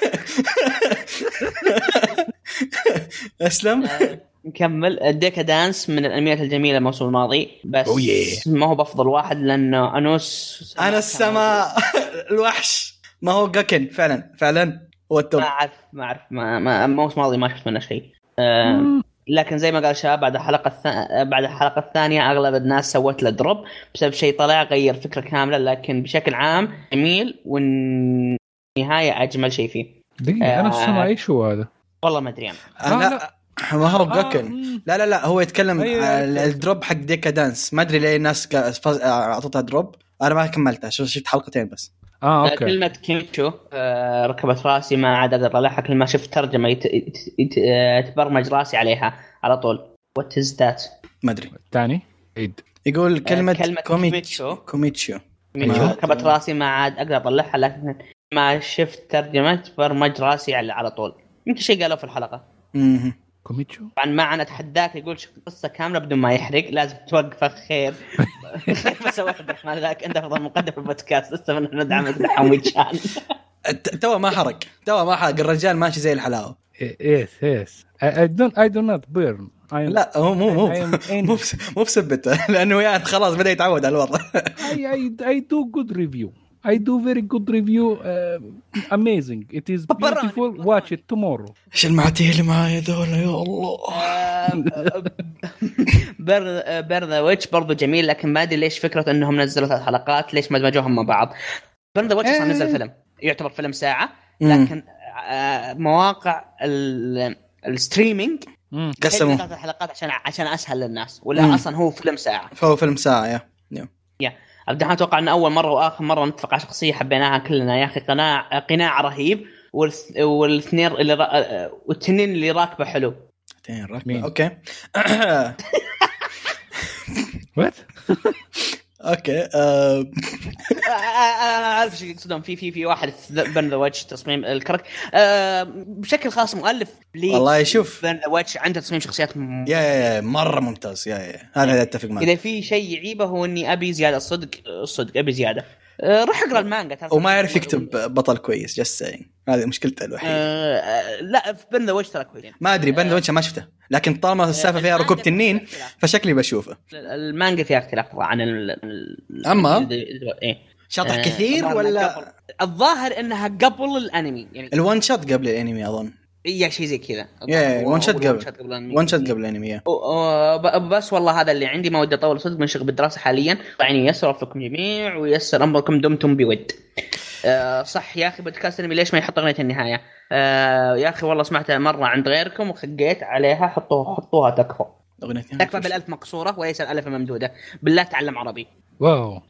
أسلم. نكمل. الديكادانس من الأنميات الجميلة الموسم الماضي، بس ما هو بفضل واحد لأنه أنوس أنا السماء الوحش ما هو جاكن فعلا هو التوب. ما أعرف الموسم الماضي ما شفت منه شيء. لكن زي ما قال شاب بعد الحلقة الثانية أغلب الناس سوت له دروب بسبب شيء طلع غير فكرة كاملة. لكن بشكل عام جميل، والنهاية أجمل شيء فيه. دقيقة أنا السمع إيش هو هذا؟ والله ما أدري لا ما هو جاكن. لا هو يتكلم الدروب حق ديكادانس. ما أدري ليه الناس أعطتها دروب، أنا ما كملتها، شفت حلقتين بس. أوكي. كلمة كيمشو ركبت راسي، ما عاد أقدر أطلعها. كل ما شفت ترجمة تبرمج راسي عليها على طول. What is that؟ ما أدري. تاني عيد. يقول كلمة كوميتشو ركبت راسي، ما عاد أقدر أطلعها. لكن ما شفت ترجمة تبرمج راسي على طول. يمكن شيء قالوا في الحلقة. كوميتشو. طبعا ما أنا أتحداك يقول شوف القصة كاملة بدون ما يحرق، لازم توقفه خير. بس عبد الرحمن ذاك أنت أفضل مقدم في البودكاست، لسه ندعمك دعم وجهان. توا ما حرق الرجال ماشي زي الحلاوة. yes I do not burn. لا هو مو بسبته لأنه يعني خلاص بدأ يتعود على الوضع. I do good review. I do very good review. Amazing. It is beautiful. Watch it tomorrow. إيش المعتيه اللي معايا ذولا يا الله. بيرن ذا ويتش برضو جميل، لكن ما أدري ليش فكرة أنهم نزلوا 3 حلقات ليش ما دمجوهم مع بعض. بيرن ذا ويتش نزل فيلم يعتبر فيلم ساعة، لكن مواقع الستريمينج قسموا 3 حلقات عشان أسهل للناس، ولا أصلا هو فيلم ساعة. فهو فيلم ساعة يا أبدأ أتوقع أن أول مرة وآخر مرة نتفق على شخصية حبيناها كلنا يا أخي. قناع رهيب، والتنين اللي راكبه حلو. أوكي. What؟ اوكي اعرف ايش يقصدون. في واحد بن ذا ويتش تصميم الكرك بشكل خاص مؤلف لي. والله يشوف بن ذا ويتش عنده تصميم شخصيات يا مره ممتاز. هذا اتفق معك. اذا في شيء يعيبه هو اني ابي زياده. الصدق ابي زياده. روح اقرا المانجا وما يعرف يكتب بطل كويس. جس هذه مشكلته الوحيده. لا في بن ذا ويتش ترى كويس. ما ادري بن ذا ويتش ما شفته، لكن طالما السالفه فيها ركوب تنين فشكلي بشوفه. المانجا فيها اختلاف عن اما شاطح كثير ولا الظاهر انها قبل الانمي يعني الوان شوت قبل الانمي اظن. يا شيء زي كذا. وان شوت قبل الانمي. بس والله هذا اللي عندي. ما ودي اطول صدق، منشغل بالدراسه حاليا. يعني يسر لكم جميع ويسر امركم دمتم بود. صح يا اخي بودكاست انمي ليش ما يحط اغنيه النهايه؟ يا اخي والله سمعتها مره عند غيركم وخقيت عليها. حطوها تكفى بالالف مقصوره وليس الالف ممدوده. بالله تعلم عربي. واو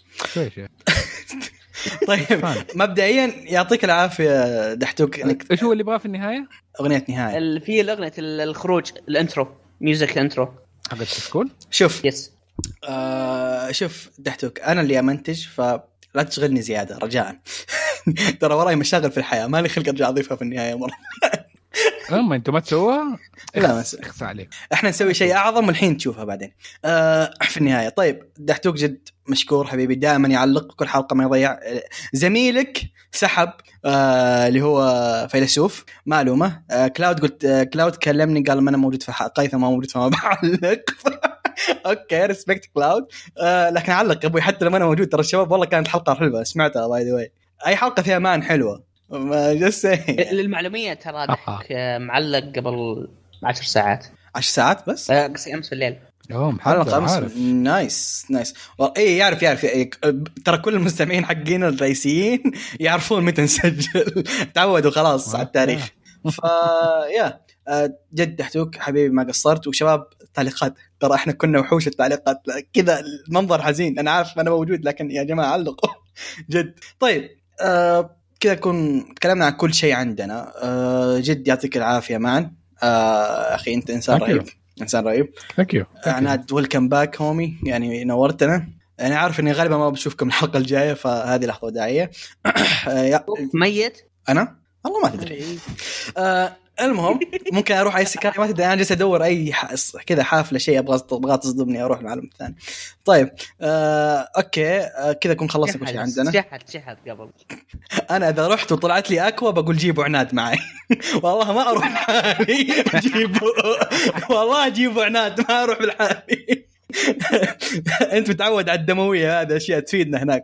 طيب مبدئيا يعطيك العافيه دحتوك. ايش هو اللي يبغاه في النهايه؟ اغنيه نهايه. في الاغنيه الخروج الانترو ميوزك انترو حق التسكول. شوف يس شوف دحتوك انا اللي امنتج فلا تشغلني زياده رجاء. ترى وراي مشاغل في الحياه، ما لي خلق ارجع اضيفها في النهايه مره. ما انتم ما تسووها. لا اخس عليك. احنا نسوي شيء اعظم والحين تشوفها بعدين. في النهايه طيب دحتوك جد مشكور حبيبي، دائما يعلق كل حلقه ما يضيع. زميلك سحب اللي هو فيلسوف معلومه. كلاود قلت كلاود كلمني قال ما انا موجود في قيثم ما موجود فما بعلق. اوكي ريسبكت كلاود. لكن علق ابوي حتى لما انا موجود. ترى الشباب والله كانت حلقه حلوه سمعتها باي ذا واي. اي حلقه فيها مان حلوه للمعلوميه ترى ضحك معلق قبل 10 ساعات 10 ساعات بس قصي امس في الليل. حلقة أمس. نايس إيه يعرف ترى كل المستمعين حقين الرئيسيين يعرفون متى نسجل. تعودوا خلاص على التاريخ. يا جد دحتوك حبيبي ما قصرت. وشباب تعليقات ترى احنا كنا وحوش التعليقات كذا المنظر حزين. انا عارف انا موجود لكن يا جماعة علقوا جد. طيب كذا نكون تكلمنا عن كل شيء عندنا. جد يعطيك العافية معا. أخي أنت إنسان رهيب. إنسان رهيب. Thank you. عناد ويلكم باك هومي يعني نورتنا. أنا عارف إني غالبا ما بشوفكم الحلقة الجاية فهذه لحظة وداعية. ميت أنا والله ما تدري. المهم ممكن أروح أي سكاري ما تدري. أنا جالس أدور أي كذا حافلة شيء أبغى تصدمني أروح المعلومة الثانية. طيب أوكي كذا كون خلصت كل شيء عندنا. شحت قبل. أنا إذا رحت وطلعت لي أكوا بقول جيبوا عناد معي. والله ما أروح لحالي. والله جيبوا عناد ما أروح بالحالي. أنت متعود على الدموية هذا أشياء تفيدنا هناك.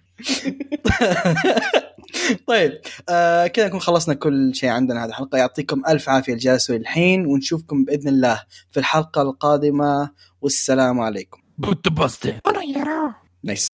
طيب كذا نكون خلصنا كل شيء عندنا هذه الحلقة. يعطيكم ألف عافية الجالسوا الحين ونشوفكم بإذن الله في الحلقة القادمة والسلام عليكم. نايس.